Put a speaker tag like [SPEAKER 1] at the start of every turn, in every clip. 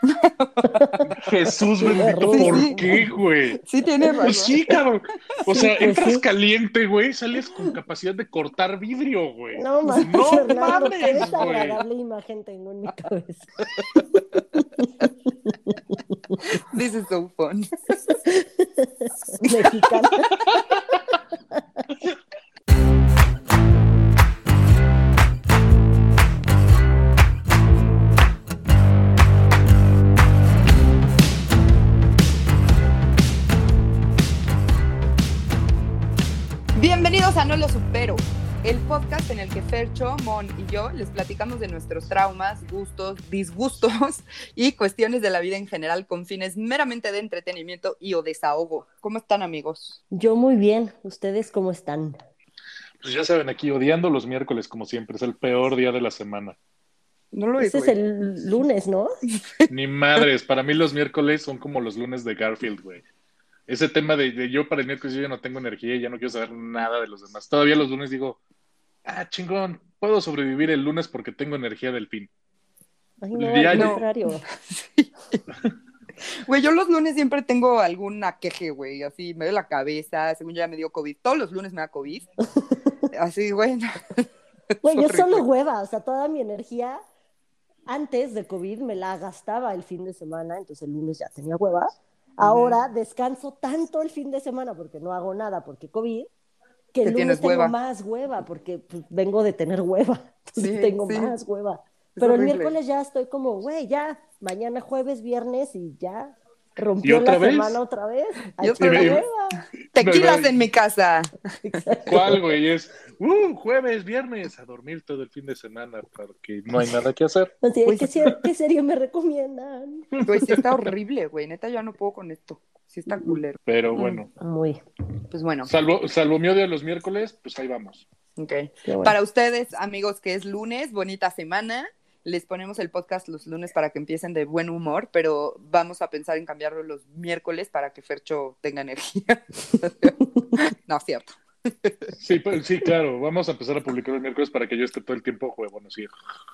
[SPEAKER 1] Jesús
[SPEAKER 2] Tiene
[SPEAKER 1] bendito,
[SPEAKER 2] razón.
[SPEAKER 1] ¿por qué, güey?
[SPEAKER 3] Sí, tienes
[SPEAKER 1] Pues
[SPEAKER 3] razón.
[SPEAKER 1] sí, cabrón. O sea,
[SPEAKER 2] pues
[SPEAKER 1] entras
[SPEAKER 2] sí.
[SPEAKER 1] caliente, güey, sales con capacidad de cortar vidrio, güey.
[SPEAKER 2] No mames,
[SPEAKER 1] No
[SPEAKER 2] Fernando, qué
[SPEAKER 1] mames, güey.
[SPEAKER 2] desagradable imagen tengo en mi cabeza.
[SPEAKER 3] This is so fun.
[SPEAKER 2] Mexicana.
[SPEAKER 3] Bienvenidos a No Lo Supero, el podcast en el que Fercho, Mon y yo les platicamos de nuestros traumas, gustos, disgustos y cuestiones de la vida en general con fines meramente de entretenimiento y o desahogo. ¿Cómo están, amigos?
[SPEAKER 2] Yo muy bien. ¿Ustedes cómo están?
[SPEAKER 1] Pues ya saben, aquí odiando los miércoles, como siempre, es el peor día de la semana.
[SPEAKER 3] No lo
[SPEAKER 2] Ese
[SPEAKER 3] digo.
[SPEAKER 2] es el lunes, ¿no?
[SPEAKER 1] Ni madres, para mí los miércoles son como los lunes de Garfield, güey. Ese tema de yo para el miércoles yo ya no tengo energía y ya no quiero saber nada de los demás. Todavía los lunes digo, chingón, puedo sobrevivir el lunes porque tengo energía del fin.
[SPEAKER 2] Ay, no,
[SPEAKER 1] Ya,
[SPEAKER 2] al
[SPEAKER 1] ya-
[SPEAKER 2] contrario.
[SPEAKER 3] Güey, yo los lunes siempre tengo alguna queje, güey, así me duele la cabeza, según yo ya me dio COVID. Todos los lunes me da COVID. Así, güey.
[SPEAKER 2] Güey, yo
[SPEAKER 3] horrible.
[SPEAKER 2] solo hueva, o sea, toda mi energía antes de COVID me la gastaba el fin de semana, entonces el lunes ya tenía hueva. Ahora descanso tanto el fin de semana porque no hago nada porque COVID, que el
[SPEAKER 3] Que
[SPEAKER 2] lunes
[SPEAKER 3] tienes
[SPEAKER 2] tengo
[SPEAKER 3] hueva.
[SPEAKER 2] más hueva porque pues, vengo de tener hueva, entonces
[SPEAKER 3] Sí,
[SPEAKER 2] tengo
[SPEAKER 3] sí.
[SPEAKER 2] más hueva.
[SPEAKER 3] Es
[SPEAKER 2] Pero el
[SPEAKER 3] horrible.
[SPEAKER 2] miércoles ya estoy como, güey, ya, mañana jueves, viernes y ya
[SPEAKER 1] ¿Y
[SPEAKER 2] rompió
[SPEAKER 1] otra
[SPEAKER 2] la
[SPEAKER 1] vez?
[SPEAKER 2] semana otra vez. A
[SPEAKER 3] Y otra
[SPEAKER 2] echar
[SPEAKER 3] vez.
[SPEAKER 2] hueva.
[SPEAKER 3] Tequilas en mi casa.
[SPEAKER 2] Exacto.
[SPEAKER 1] ¿Cuál, güey? Es jueves, viernes, a dormir todo el fin de semana porque no hay nada que hacer.
[SPEAKER 2] Así,
[SPEAKER 3] Pues-
[SPEAKER 2] ¿qué serie me recomiendan?
[SPEAKER 3] Güey, sí está horrible, güey. Neta, ya no puedo con esto. Sí está culero.
[SPEAKER 1] Pero bueno,
[SPEAKER 2] Muy.
[SPEAKER 3] Pues bueno,
[SPEAKER 1] salvo mi odio a los miércoles, pues ahí vamos.
[SPEAKER 3] ok.
[SPEAKER 2] Qué bueno.
[SPEAKER 3] Para ustedes, amigos, que es lunes, bonita semana. Les ponemos el podcast los lunes para que empiecen de buen humor, pero vamos a pensar en cambiarlo los miércoles para que Fercho tenga energía. No, es cierto.
[SPEAKER 1] Sí, sí, claro, vamos a empezar a publicar los miércoles para que yo esté todo el tiempo bueno, sí.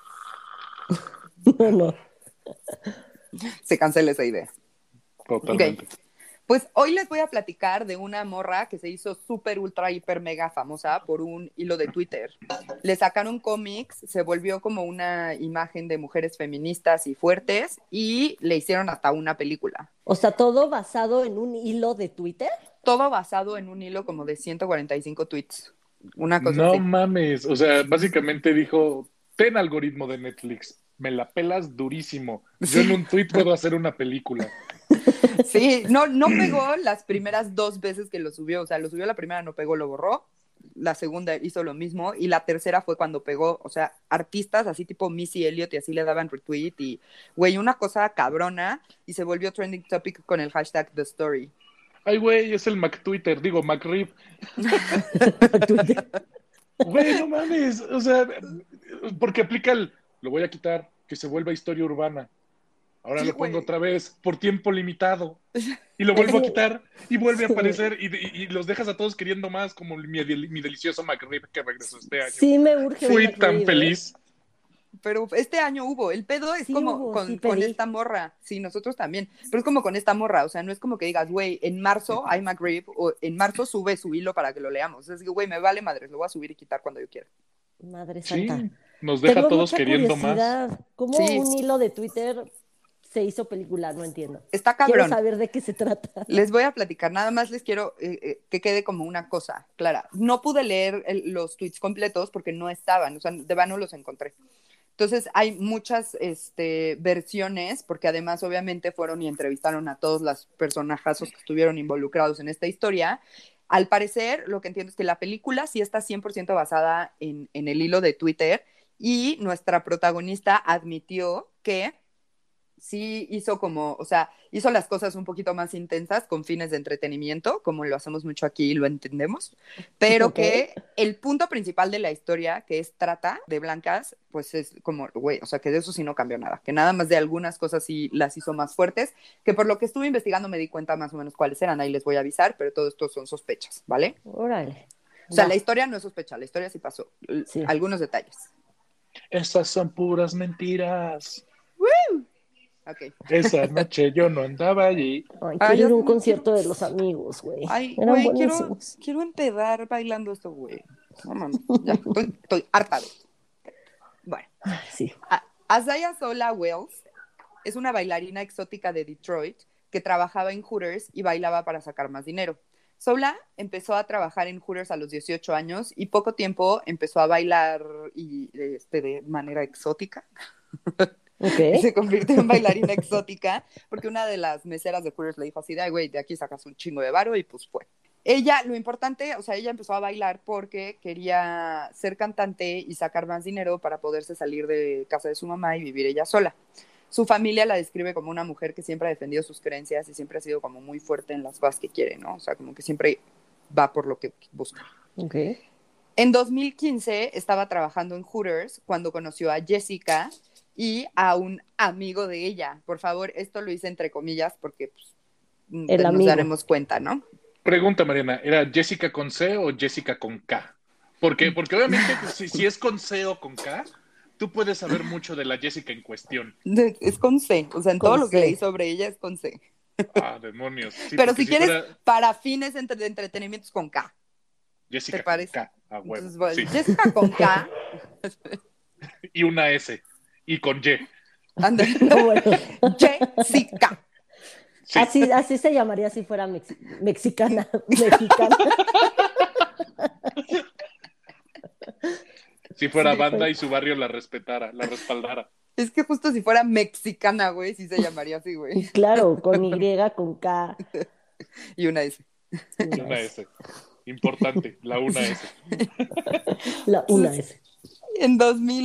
[SPEAKER 2] No.
[SPEAKER 3] Se cancela esa idea.
[SPEAKER 1] Totalmente.
[SPEAKER 3] Ok. Pues hoy les voy a platicar de una morra que se hizo súper, ultra, hiper, mega famosa por un hilo de Twitter. Le sacaron cómics, se volvió como una imagen de mujeres feministas y fuertes y le hicieron hasta una película.
[SPEAKER 2] O sea, todo basado en un hilo de Twitter.
[SPEAKER 3] Todo basado en un hilo como de 145 tweets. Una cosa
[SPEAKER 1] No
[SPEAKER 3] así.
[SPEAKER 1] mames, o sea, básicamente dijo, ten algoritmo de Netflix, me la pelas durísimo. Yo en un tweet puedo hacer una película.
[SPEAKER 3] Sí, no pegó las primeras 2 veces que lo subió. O sea, lo subió la primera, no pegó, lo borró. La segunda hizo lo mismo. Y la tercera fue cuando pegó. O sea, artistas así tipo Missy Elliott y así le daban retweet. Y, güey, una cosa cabrona. Y se volvió trending topic con el hashtag The Story.
[SPEAKER 1] Ay, güey, es el McTwitter, digo, McRib. Güey, no mames, o sea, porque aplica lo voy a quitar, que se vuelva historia urbana. Ahora
[SPEAKER 3] Sí,
[SPEAKER 1] lo pongo
[SPEAKER 3] güey.
[SPEAKER 1] otra vez, por tiempo limitado. Y lo vuelvo a quitar y vuelve a aparecer y los dejas a todos queriendo más, como mi delicioso McRib que regresó este año.
[SPEAKER 2] Sí me urge un
[SPEAKER 1] Fui
[SPEAKER 2] McRib,
[SPEAKER 1] tan feliz.
[SPEAKER 3] Pero este año hubo. El pedo es
[SPEAKER 2] Sí
[SPEAKER 3] como
[SPEAKER 2] hubo,
[SPEAKER 3] con,
[SPEAKER 2] sí
[SPEAKER 3] con
[SPEAKER 2] pedí.
[SPEAKER 3] esta morra. Sí, nosotros también. Pero es como con esta morra. O sea, no es como que digas, güey, en marzo hay McRib o en marzo sube su hilo para que lo leamos. Es que, güey, me vale madres. Lo voy a subir y quitar cuando yo quiera.
[SPEAKER 2] Madre
[SPEAKER 1] Sí,
[SPEAKER 2] santa.
[SPEAKER 1] nos deja a
[SPEAKER 2] Tengo
[SPEAKER 1] todos
[SPEAKER 2] mucha
[SPEAKER 1] queriendo más.
[SPEAKER 2] curiosidad. ¿Cómo
[SPEAKER 3] Sí.
[SPEAKER 2] un hilo de Twitter se hizo película? No entiendo.
[SPEAKER 3] Está
[SPEAKER 2] Quiero
[SPEAKER 3] cabrón.
[SPEAKER 2] saber de qué se trata.
[SPEAKER 3] Les voy a platicar, nada más les quiero que quede como una cosa clara. No pude leer los tweets completos porque no estaban, o sea, de vano los encontré. Entonces hay muchas versiones, porque además obviamente fueron y entrevistaron a todos los personajazos que estuvieron involucrados en esta historia. Al parecer, lo que entiendo es que la película sí está 100% basada en el hilo de Twitter y nuestra protagonista admitió que sí hizo como, o sea, hizo las cosas un poquito más intensas con fines de entretenimiento, como lo hacemos mucho aquí y lo entendemos, pero
[SPEAKER 2] Ok.
[SPEAKER 3] que el punto principal de la historia, que es trata de blancas, pues es como, güey, o sea, que de eso sí no cambió nada, que nada más de algunas cosas sí las hizo más fuertes, que por lo que estuve investigando me di cuenta más o menos cuáles eran, ahí les voy a avisar, pero todo esto son sospechas, ¿vale?
[SPEAKER 2] Órale.
[SPEAKER 3] O sea,
[SPEAKER 2] Va.
[SPEAKER 3] la historia no es sospecha, la historia sí pasó,
[SPEAKER 2] Sí.
[SPEAKER 3] algunos detalles.
[SPEAKER 1] Esas son puras mentiras.
[SPEAKER 3] Ok.
[SPEAKER 1] Esa noche yo no andaba allí.
[SPEAKER 2] Ay,
[SPEAKER 3] Ay,
[SPEAKER 2] quiero ir a un
[SPEAKER 3] me
[SPEAKER 2] concierto
[SPEAKER 3] quiero.
[SPEAKER 2] de los amigos, güey.
[SPEAKER 3] Ay,
[SPEAKER 2] Eran
[SPEAKER 3] güey,
[SPEAKER 2] buenísimos.
[SPEAKER 3] quiero empedar bailando esto, güey. No mames, ya, estoy harta de esto. Bueno,
[SPEAKER 2] Ay, sí.
[SPEAKER 3] Azaya Sola Wells es una bailarina exótica de Detroit que trabajaba en Hooters y bailaba para sacar más dinero. Sola empezó a trabajar en Hooters a los 18 años y poco tiempo empezó a bailar de manera exótica.
[SPEAKER 2] Ok.
[SPEAKER 3] Y se convirtió en bailarina exótica porque una de las meseras de Hooters le dijo así de, ay, güey, de aquí sacas un chingo de varo y pues fue. Ella, lo importante, o sea, ella empezó a bailar porque quería ser cantante y sacar más dinero para poderse salir de casa de su mamá y vivir ella sola. Su familia la describe como una mujer que siempre ha defendido sus creencias y siempre ha sido como muy fuerte en las cosas que quiere, ¿no? O sea, como que siempre va por lo que busca.
[SPEAKER 2] Ok.
[SPEAKER 3] En 2015 estaba trabajando en Hooters cuando conoció a Jessica y a un amigo de ella. Por favor, esto lo hice entre comillas porque pues,
[SPEAKER 2] El
[SPEAKER 3] nos
[SPEAKER 2] amigo.
[SPEAKER 3] daremos cuenta, ¿no?
[SPEAKER 1] Pregunta, Mariana, ¿era Jessica con C o Jessica con K? Porque obviamente si es con C o con K, tú puedes saber mucho de la Jessica en cuestión.
[SPEAKER 3] Es con C, o sea, en
[SPEAKER 2] Con
[SPEAKER 3] todo lo que
[SPEAKER 2] C.
[SPEAKER 3] leí sobre ella es con C.
[SPEAKER 1] Ah, demonios. Sí,
[SPEAKER 3] Pero
[SPEAKER 1] porque
[SPEAKER 3] si
[SPEAKER 1] si
[SPEAKER 3] quieres,
[SPEAKER 1] fuera
[SPEAKER 3] para fines de entretenimiento es con K, ¿te
[SPEAKER 1] Jessica con
[SPEAKER 3] parece?
[SPEAKER 1] K, a huevo.
[SPEAKER 3] Entonces, bueno,
[SPEAKER 1] Sí.
[SPEAKER 3] Jessica con K,
[SPEAKER 1] Y una S. Y con Y.
[SPEAKER 3] anda,
[SPEAKER 2] No, bueno.
[SPEAKER 3] Jessica.
[SPEAKER 1] Sí.
[SPEAKER 2] Así se llamaría si fuera mexicana. Mexicana.
[SPEAKER 1] Si fuera
[SPEAKER 2] Sí,
[SPEAKER 1] banda
[SPEAKER 2] güey.
[SPEAKER 1] y su barrio la respetara, la respaldara.
[SPEAKER 3] Es que justo si fuera mexicana, güey, sí se llamaría así, güey.
[SPEAKER 2] Claro, con Y, con K.
[SPEAKER 3] Y una S.
[SPEAKER 1] Y una S. Importante, la una S.
[SPEAKER 2] Una S.
[SPEAKER 3] En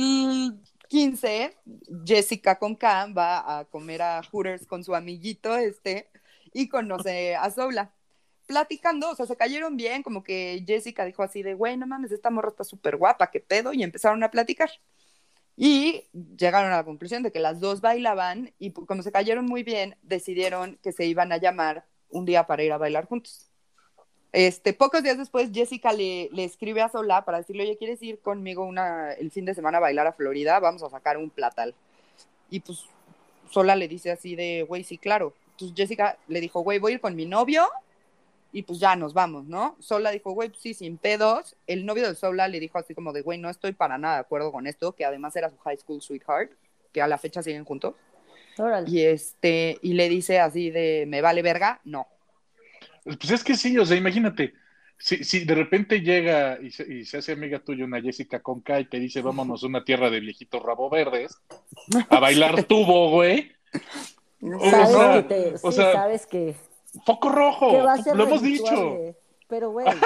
[SPEAKER 3] 2015, Jessica con K va a comer a Hooters con su amiguito y conoce a Zola. Platicando, o sea, se cayeron bien, como que Jessica dijo así de, güey, no mames, esta morra está súper guapa, qué pedo, y empezaron a platicar. Y llegaron a la conclusión de que las dos bailaban y como se cayeron muy bien, decidieron que se iban a llamar un día para ir a bailar juntos. Pocos días después, Jessica le escribe a Sola para decirle, oye, ¿quieres ir conmigo el fin de semana a bailar a Florida? Vamos a sacar un platal. Y pues Sola le dice así de, güey, sí, claro. Entonces Jessica le dijo, güey, voy a ir con mi novio y pues ya nos vamos, ¿no? Sola dijo, güey, pues sí, sin pedos. El novio de Sola le dijo así como de, güey, no estoy para nada de acuerdo con esto, que además era su high school sweetheart, que a la fecha siguen juntos.
[SPEAKER 2] Órale.
[SPEAKER 3] Y le dice así de, ¿me vale verga? No.
[SPEAKER 1] Pues es que sí, o sea, imagínate, si de repente llega y se hace amiga tuya una Jessica con K y te dice, vámonos a una tierra de viejitos rabo verdes, a bailar tubo, güey.
[SPEAKER 2] Sabes
[SPEAKER 3] no.
[SPEAKER 2] que te.
[SPEAKER 1] O
[SPEAKER 2] Sí,
[SPEAKER 1] sea,
[SPEAKER 2] sabes que
[SPEAKER 1] foco rojo,
[SPEAKER 2] va a ser
[SPEAKER 1] lo hemos dicho.
[SPEAKER 2] redituable. Pero, güey.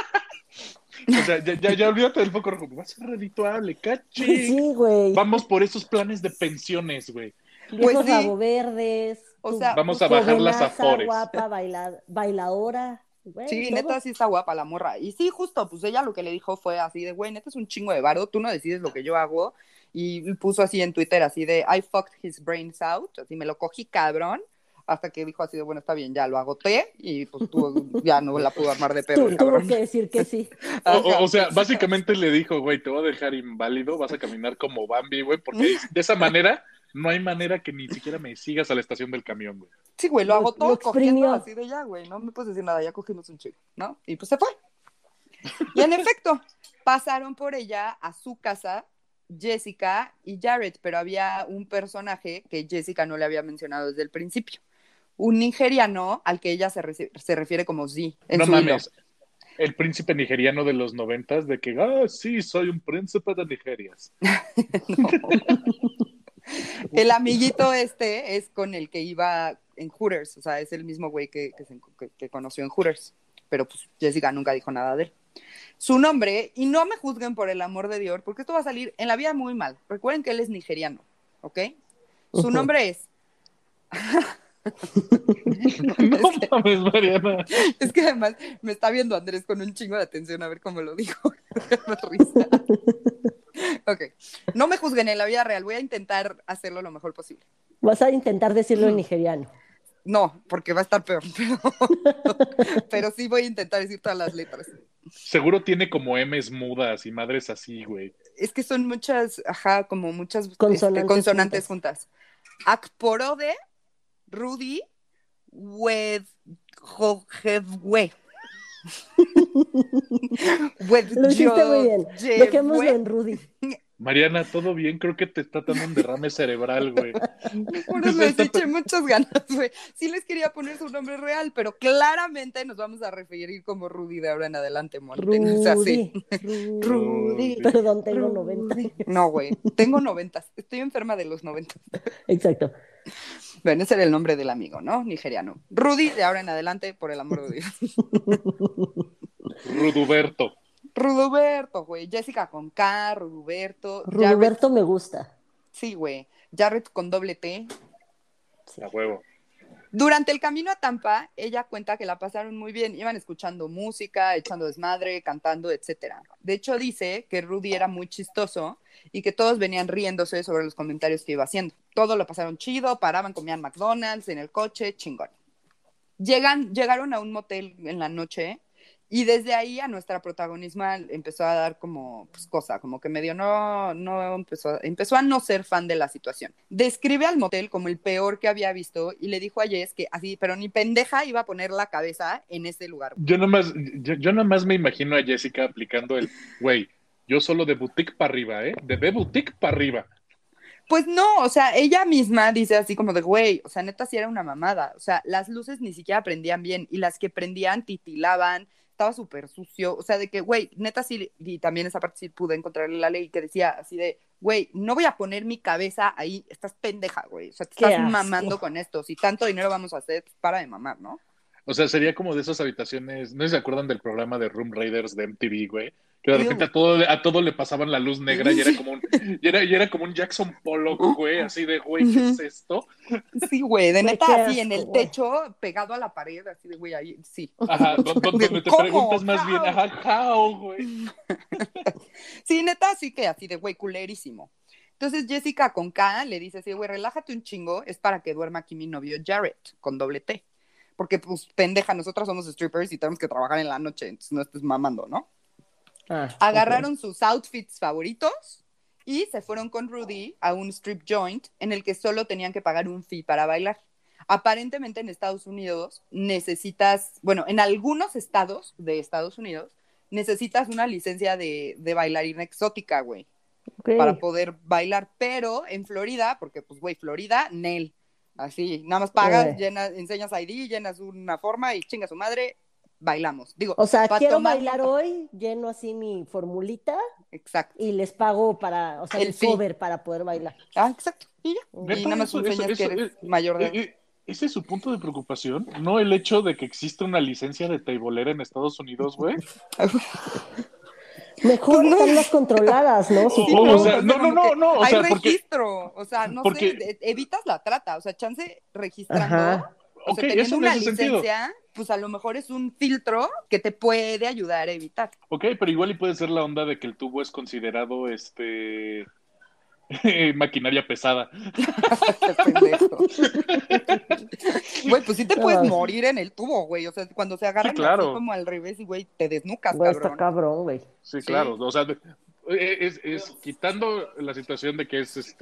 [SPEAKER 1] O sea, ya olvídate del foco rojo, va a ser redituable, cachi.
[SPEAKER 2] Sí, güey.
[SPEAKER 1] Vamos por esos planes de pensiones, güey.
[SPEAKER 2] Viejos
[SPEAKER 3] Pues sí.
[SPEAKER 2] rabo verdes.
[SPEAKER 3] O sea,
[SPEAKER 1] Vamos a bajar las
[SPEAKER 2] Jovenaza,
[SPEAKER 1] afores.
[SPEAKER 2] guapa, bailadora. Güey,
[SPEAKER 3] sí,
[SPEAKER 2] todo.
[SPEAKER 3] neta, sí está guapa la morra. Y sí, justo, pues ella lo que le dijo fue así de, güey, neta es un chingo de varo, tú no decides lo que yo hago. Y puso así en Twitter, así de, I fucked his brains out, así me lo cogí cabrón, hasta que dijo así de, bueno, está bien, ya lo agoté, y pues tú ya no la pudo armar de perro,
[SPEAKER 2] Tuvo
[SPEAKER 3] cabrón.
[SPEAKER 2] que decir que sí.
[SPEAKER 1] O sea, básicamente le dijo, güey, te voy a dejar inválido, vas a caminar como Bambi, güey, porque de esa manera no hay manera que ni siquiera me sigas a la estación del camión, güey.
[SPEAKER 3] Sí, güey, lo agotó
[SPEAKER 2] Lo
[SPEAKER 3] cogiendo
[SPEAKER 2] exprimió.
[SPEAKER 3] así de ya, güey, no me puedes decir nada, ya cogimos un chico, ¿no? Y pues se fue. Y en efecto, pasaron por ella a su casa Jessica y Jared, pero había un personaje que Jessica no le había mencionado desde el principio. Un nigeriano al que ella se refiere como Z en
[SPEAKER 1] No
[SPEAKER 3] su hilo.
[SPEAKER 1] mames, el príncipe nigeriano de los 90 de que, sí, soy un príncipe de Nigerias.
[SPEAKER 3] No. El amiguito es con el que iba en Hooters, o sea, es el mismo güey que conoció en Hooters, pero pues Jessica nunca dijo nada de él. Su nombre, y no me juzguen por el amor de Dios, porque esto va a salir en la vida muy mal. Recuerden que él es nigeriano, ¿ok? Su nombre es...
[SPEAKER 1] No mames, Mariana.
[SPEAKER 3] Es que además me está viendo Andrés con un chingo de atención a ver cómo lo dijo. Me risa. Ok, no me juzguen en la vida real, voy a intentar hacerlo lo mejor posible.
[SPEAKER 2] Vas a intentar decirlo en nigeriano.
[SPEAKER 3] No, porque va a estar peor, pero sí voy a intentar decir todas las letras.
[SPEAKER 1] Seguro tiene como M's mudas y madres así, güey.
[SPEAKER 3] Es que son muchas, como muchas
[SPEAKER 2] Consonantes
[SPEAKER 3] consonantes juntas. Akporode, Rudy, Wedjojevwe.
[SPEAKER 2] Lo hiciste muy bien. Dejémoslo en Rudy.
[SPEAKER 1] Mariana, ¿todo bien? Creo que te está dando un derrame cerebral, güey.
[SPEAKER 3] Por eso les eché muchas ganas, güey. Sí les quería poner su nombre real, pero claramente nos vamos a referir como Rudy de ahora en adelante,
[SPEAKER 2] Rudy.
[SPEAKER 3] Rudy.
[SPEAKER 2] Perdón, tengo 90.
[SPEAKER 3] No, güey, tengo 90. Estoy enferma de los 90.
[SPEAKER 2] Exacto.
[SPEAKER 3] Bueno, ese era el nombre del amigo, ¿no? Nigeriano. Rudy de ahora en adelante, por el amor de Dios.
[SPEAKER 1] Ruduberto.
[SPEAKER 3] Ruduberto, güey. Jessica con K, Ruduberto.
[SPEAKER 2] Ruduberto me gusta.
[SPEAKER 3] Sí, güey. Jared con doble T.
[SPEAKER 1] Sí. A huevo.
[SPEAKER 3] Durante el camino a Tampa, ella cuenta que la pasaron muy bien. Iban escuchando música, echando desmadre, cantando, etc. De hecho, dice que Rudy era muy chistoso y que todos venían riéndose sobre los comentarios que iba haciendo. Todo lo pasaron chido, paraban, comían McDonald's en el coche, chingón. Llegaron a un motel en la noche y desde ahí a nuestra protagonista empezó a dar como pues, cosa, como que medio empezó a no ser fan de la situación. Describe al motel como el peor que había visto y le dijo a Jess que así, pero ni pendeja iba a poner la cabeza en ese lugar.
[SPEAKER 1] Yo nomás me imagino a Jessica aplicando el, güey, yo solo de boutique para arriba, de boutique para arriba.
[SPEAKER 3] Pues no, o sea, ella misma dice así como de, güey, o sea, neta sí era una mamada, o sea, las luces ni siquiera prendían bien y las que prendían titilaban, estaba súper sucio, o sea, de que, güey, neta sí, y también esa parte sí pude encontrarle la ley que decía así de, güey, no voy a poner mi cabeza ahí, estás pendeja, güey, o sea, te estás mamando con esto, si tanto dinero vamos a hacer, para de mamar, ¿no?
[SPEAKER 1] O sea, sería como de esas habitaciones, no sé si se acuerdan del programa de Room Raiders de MTV, güey, que de repente a todo le pasaban la luz negra y era como un Jackson Pollock, güey, así de, güey, ¿qué es esto?
[SPEAKER 3] Sí, güey, de neta, así en el techo, pegado a la pared, así de, güey, ahí, sí.
[SPEAKER 1] Ajá, donde te preguntas más bien, ajá, how, güey.
[SPEAKER 3] Sí, neta, sí que así de, güey, culerísimo. Entonces Jessica con K le dice así, güey, relájate un chingo, es para que duerma aquí mi novio Jared, con doble T. Porque, pues, pendeja, nosotras somos strippers y tenemos que trabajar en la noche, entonces no estés mamando, ¿no? Agarraron sus outfits favoritos y se fueron con Rudy a un strip joint en el que solo tenían que pagar un fee para bailar. Aparentemente en Estados Unidos en algunos estados de Estados Unidos necesitas una licencia de bailarina exótica, güey, para poder bailar, pero en Florida, porque pues, güey, Florida, Nel. Así, nada más pagas, enseñas ID, llenas una forma y chinga su madre, bailamos. Digo,
[SPEAKER 2] o sea, quiero bailar hoy, lleno así mi formulita.
[SPEAKER 3] Exacto.
[SPEAKER 2] Y les pago para, o sea, el cover para poder bailar.
[SPEAKER 3] Ah, exacto. Y ya. Y nada más enseñas que eres mayor de edad.
[SPEAKER 1] ¿Ese es su punto de preocupación? ¿No el hecho de que existe una licencia de teibolera en Estados Unidos, güey?
[SPEAKER 2] Mejor están las controladas, ¿no?
[SPEAKER 1] Sí, o sea, no. O
[SPEAKER 3] hay
[SPEAKER 1] sea,
[SPEAKER 3] registro, o sea, no sé, evitas la trata, o sea, chance registrando, o sea, teniendo una licencia, pues a lo mejor es un filtro que te puede ayudar a evitar.
[SPEAKER 1] Ok, pero igual y puede ser la onda de que el tubo es considerado, maquinaria pesada.
[SPEAKER 3] Güey, pues sí te puedes morir en el tubo, güey. O sea, cuando se agarran
[SPEAKER 1] sí, claro.
[SPEAKER 3] así como al revés y, güey, te desnucas,
[SPEAKER 2] güey,
[SPEAKER 3] cabrón.
[SPEAKER 2] Está cabrón, güey.
[SPEAKER 1] Sí, claro. O sea, es quitando la situación de que es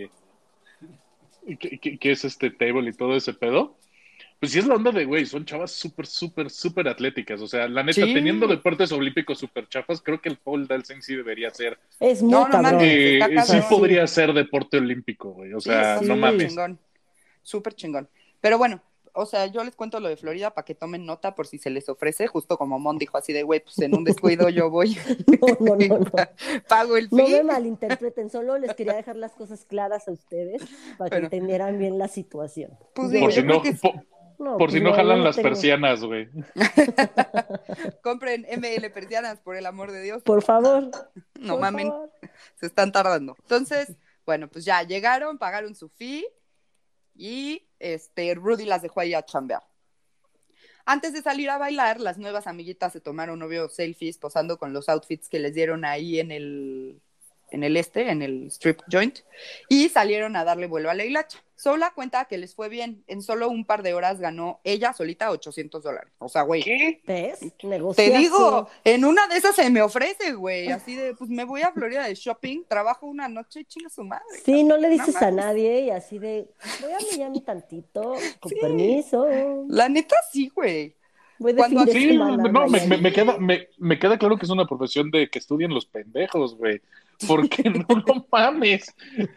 [SPEAKER 1] que es table y todo ese pedo. Pues sí es la onda de, güey, son chavas súper atléticas. O sea, la neta, teniendo deportes olímpicos súper chafas, creo que el pole dancing sí debería ser.
[SPEAKER 2] Es muy cabrón.
[SPEAKER 1] Sí podría ser deporte olímpico, güey. O sea, no mames.
[SPEAKER 3] Súper chingón. Pero bueno, o sea, yo les cuento lo de Florida para que tomen nota por si se les ofrece, justo como Mon dijo así de, güey, pues en un descuido yo voy.
[SPEAKER 2] No.
[SPEAKER 3] Pago el fee.
[SPEAKER 2] No me malinterpreten, solo les quería dejar las cosas claras a ustedes para que entendieran bien la situación.
[SPEAKER 3] Pues
[SPEAKER 1] por si no jalan las persianas, güey.
[SPEAKER 3] Compren ML persianas, por el amor de Dios.
[SPEAKER 2] Por favor.
[SPEAKER 3] No mamen, se están tardando. Entonces, bueno, pues ya llegaron, pagaron su fee y Rudy las dejó ahí a chambear. Antes de salir a bailar, las nuevas amiguitas se tomaron obvio selfies posando con los outfits que les dieron ahí en el en el strip joint, y salieron a darle vuelo a la hilacha. Sola cuenta que les fue bien. En solo un par de horas ganó ella solita $800. O sea, güey.
[SPEAKER 1] ¿Qué?
[SPEAKER 2] ¿Ves?
[SPEAKER 3] Te
[SPEAKER 2] Negociazo.
[SPEAKER 3] digo, en una de esas se me ofrece, güey. Así de, pues me voy a Florida de shopping, trabajo una noche y chinga su madre.
[SPEAKER 2] Sí, no le
[SPEAKER 3] No
[SPEAKER 2] dices a
[SPEAKER 3] mames.
[SPEAKER 2] nadie y así de, voy a Miami tantito, con
[SPEAKER 3] Sí.
[SPEAKER 2] permiso,
[SPEAKER 3] La neta sí, güey.
[SPEAKER 2] voy de
[SPEAKER 3] Cuando
[SPEAKER 2] fin de
[SPEAKER 1] Sí,
[SPEAKER 2] semana a
[SPEAKER 1] no,
[SPEAKER 2] Miami.
[SPEAKER 1] me queda claro que es una profesión de que estudian los pendejos, güey. Porque no mames.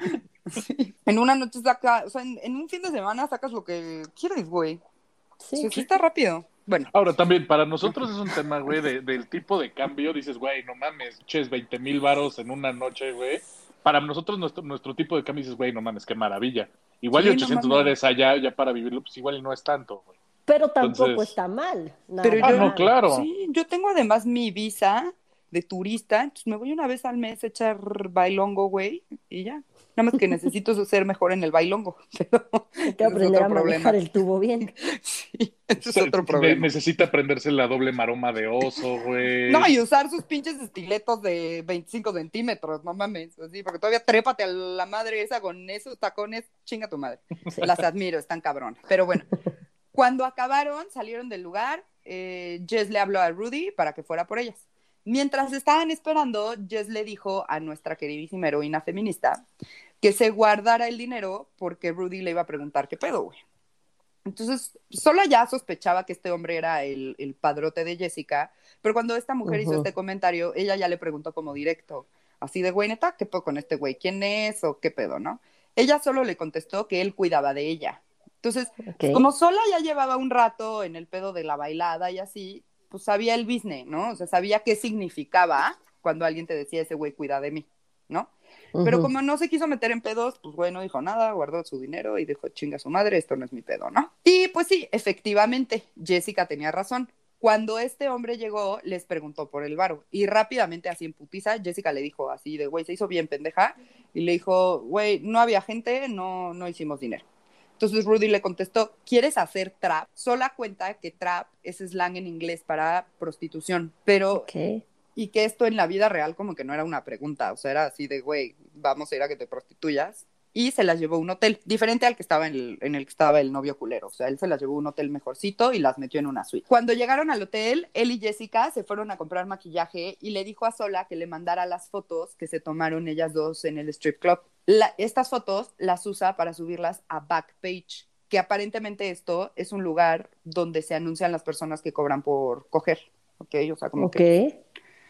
[SPEAKER 3] En una noche saca, o sea, en un fin de semana sacas lo que quieres, güey.
[SPEAKER 2] Sí.
[SPEAKER 3] Sí está rápido. Bueno,
[SPEAKER 1] Ahora también, para nosotros es un tema, güey, del tipo de cambio. Dices, güey, no mames, ches 20,000 varos en una noche, güey. Para nosotros, nuestro tipo de cambio, dices, güey, no mames, qué maravilla. Igual y
[SPEAKER 3] sí, no
[SPEAKER 1] $800
[SPEAKER 3] mames.
[SPEAKER 1] allá, ya para vivirlo, pues igual y no es tanto, güey.
[SPEAKER 2] Pero tampoco
[SPEAKER 1] Entonces,
[SPEAKER 2] está mal,
[SPEAKER 3] Pero
[SPEAKER 2] nada
[SPEAKER 3] yo,
[SPEAKER 1] no,
[SPEAKER 2] mal.
[SPEAKER 1] claro.
[SPEAKER 3] sí, yo tengo además mi visa de turista, entonces me voy una vez al mes a echar bailongo, güey, y ya. Nada más que necesito ser mejor en el bailongo, pero
[SPEAKER 2] Hay que
[SPEAKER 3] ese es
[SPEAKER 2] aprender
[SPEAKER 3] otro
[SPEAKER 2] a manejar
[SPEAKER 3] problema.
[SPEAKER 2] el tubo bien.
[SPEAKER 3] Sí, ese es otro problema.
[SPEAKER 1] Necesita aprenderse la doble maroma de oso,
[SPEAKER 3] No,
[SPEAKER 1] güey.
[SPEAKER 3] y usar sus pinches estiletos de 25 centímetros, no mames, así, porque todavía trépate a la madre esa con esos tacones, chinga tu madre.
[SPEAKER 2] Sí.
[SPEAKER 3] Las admiro, están cabronas. Pero bueno, cuando acabaron, salieron del lugar, Jess le habló a Rudy para que fuera por ellas. Mientras estaban esperando, Jess le dijo a nuestra queridísima heroína feminista que se guardara el dinero porque Rudy le iba a preguntar qué pedo, güey. Entonces, solo ya sospechaba que este hombre era el padrote de Jessica, pero cuando esta mujer hizo este comentario, ella ya le preguntó como directo, así de, güey, neta, ¿qué pedo con este güey? ¿Quién es o qué pedo, no? Ella solo le contestó que él cuidaba de ella. Entonces,
[SPEAKER 2] Ok.
[SPEAKER 3] como Sola ya llevaba un rato en el pedo de la bailada y así, pues sabía el business, ¿no? O sea, sabía qué significaba cuando alguien te decía, ese güey cuida de mí, ¿no? Pero como no se quiso meter en pedos, pues güey, no dijo nada, guardó su dinero y dijo, chinga su madre, esto no es mi pedo, ¿no? Y pues sí, efectivamente, Jessica tenía razón. Cuando este hombre llegó, les preguntó por el varo. Y rápidamente, así en putiza, Jessica le dijo así de, güey, se hizo bien pendeja. Y le dijo, güey, no había gente, no hicimos dinero. Entonces Rudy le contestó, ¿quieres hacer trap? Sola cuenta que trap es slang en inglés para prostitución, pero
[SPEAKER 2] Ok.
[SPEAKER 3] y que esto en la vida real como que no era una pregunta, o sea, era así de, güey, vamos a ir a que te prostituyas. Y se las llevó a un hotel, diferente al que estaba en el que estaba el novio culero. O sea, él se las llevó a un hotel mejorcito y las metió en una suite. Cuando llegaron al hotel, él y Jessica se fueron a comprar maquillaje y le dijo a Sola que le mandara las fotos que se tomaron ellas dos en el strip club. Estas fotos las usa para subirlas a Backpage, que aparentemente esto es un lugar donde se anuncian las personas que cobran por coger. ¿Ok? O sea, como
[SPEAKER 2] Ok.
[SPEAKER 3] que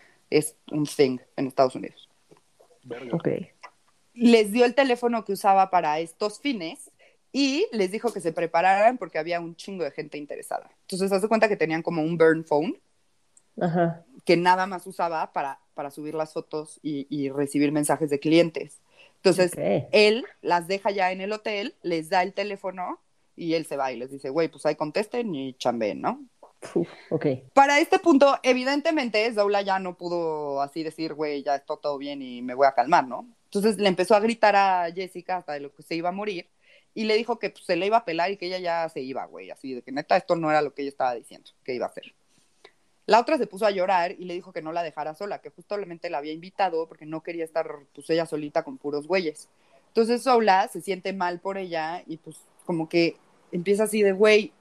[SPEAKER 3] es un thing en Estados Unidos.
[SPEAKER 1] Verga.
[SPEAKER 2] Ok.
[SPEAKER 3] Les dio el teléfono que usaba para estos fines y les dijo que se prepararan porque había un chingo de gente interesada. Entonces, haz de cuenta que tenían como un burn phone
[SPEAKER 2] Ajá.
[SPEAKER 3] que nada más usaba para subir las fotos y recibir mensajes de clientes. Entonces,
[SPEAKER 2] Ok.
[SPEAKER 3] él las deja ya en el hotel, les da el teléfono y él se va y les dice, güey, pues ahí contesten y chambeen, ¿no?
[SPEAKER 2] Ok.
[SPEAKER 3] Para este punto, evidentemente, Zola ya no pudo así decir, güey, ya está todo bien y me voy a calmar, ¿no? Entonces le empezó a gritar a Jessica hasta de lo que se iba a morir y le dijo que pues, se le iba a pelar y que ella ya se iba, güey, así de que neta esto no era lo que ella estaba diciendo que iba a hacer. La otra se puso a llorar y le dijo que no la dejara sola, que justamente la había invitado porque no quería estar pues ella solita con puros güeyes. Entonces Zola se siente mal por ella y pues como que empieza así de, güey,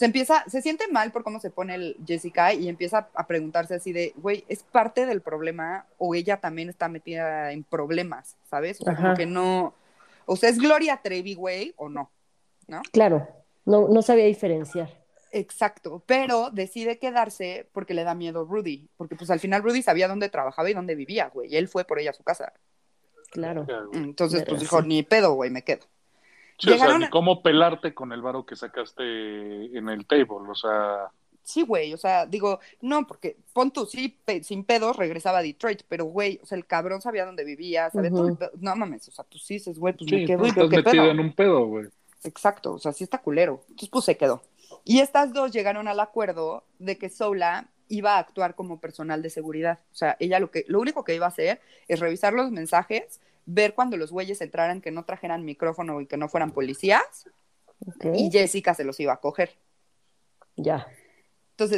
[SPEAKER 3] se siente mal por cómo se pone Jessica y empieza a preguntarse así de, güey, ¿es parte del problema o ella también está metida en problemas, ¿sabes? O sea, como que
[SPEAKER 2] Ajá.
[SPEAKER 3] no, o sea, ¿es Gloria Trevi, güey, o no? ¿No?
[SPEAKER 2] Claro. No sabía diferenciar.
[SPEAKER 3] Exacto, pero decide quedarse porque le da miedo Rudy, porque pues al final Rudy sabía dónde trabajaba y dónde vivía, güey, y él fue por ella a su casa.
[SPEAKER 2] Claro.
[SPEAKER 1] Verga, güey.
[SPEAKER 3] Entonces, pues
[SPEAKER 2] Verga,
[SPEAKER 3] dijo,
[SPEAKER 2] sí.
[SPEAKER 3] ni pedo, güey, me quedo.
[SPEAKER 1] Sí, o sea,
[SPEAKER 3] Llegaron,
[SPEAKER 1] ni cómo pelarte con el varo que sacaste en el table, o sea,
[SPEAKER 3] sí, güey, o sea, digo, no, porque pon tú, sí, sin pedos regresaba a Detroit, pero güey, o sea, el cabrón sabía dónde vivía, sabía todo el pedo, no mames, o sea, pues sí, dices, güey, pues me
[SPEAKER 1] sí,
[SPEAKER 3] quedo
[SPEAKER 1] no,
[SPEAKER 3] y veo
[SPEAKER 1] estás
[SPEAKER 3] qué
[SPEAKER 1] metido en
[SPEAKER 3] pedo.
[SPEAKER 1] un pedo, güey.
[SPEAKER 3] Exacto, o sea, sí está culero. Entonces, pues se quedó. Y estas dos llegaron al acuerdo de que Sola iba a actuar como personal de seguridad. O sea, ella lo único que iba a hacer es revisar los mensajes, ver cuando los güeyes entraran que no trajeran micrófono y que no fueran policías,
[SPEAKER 2] Ok.
[SPEAKER 3] y Jessica se los iba a coger.
[SPEAKER 2] Ya.
[SPEAKER 3] Entonces,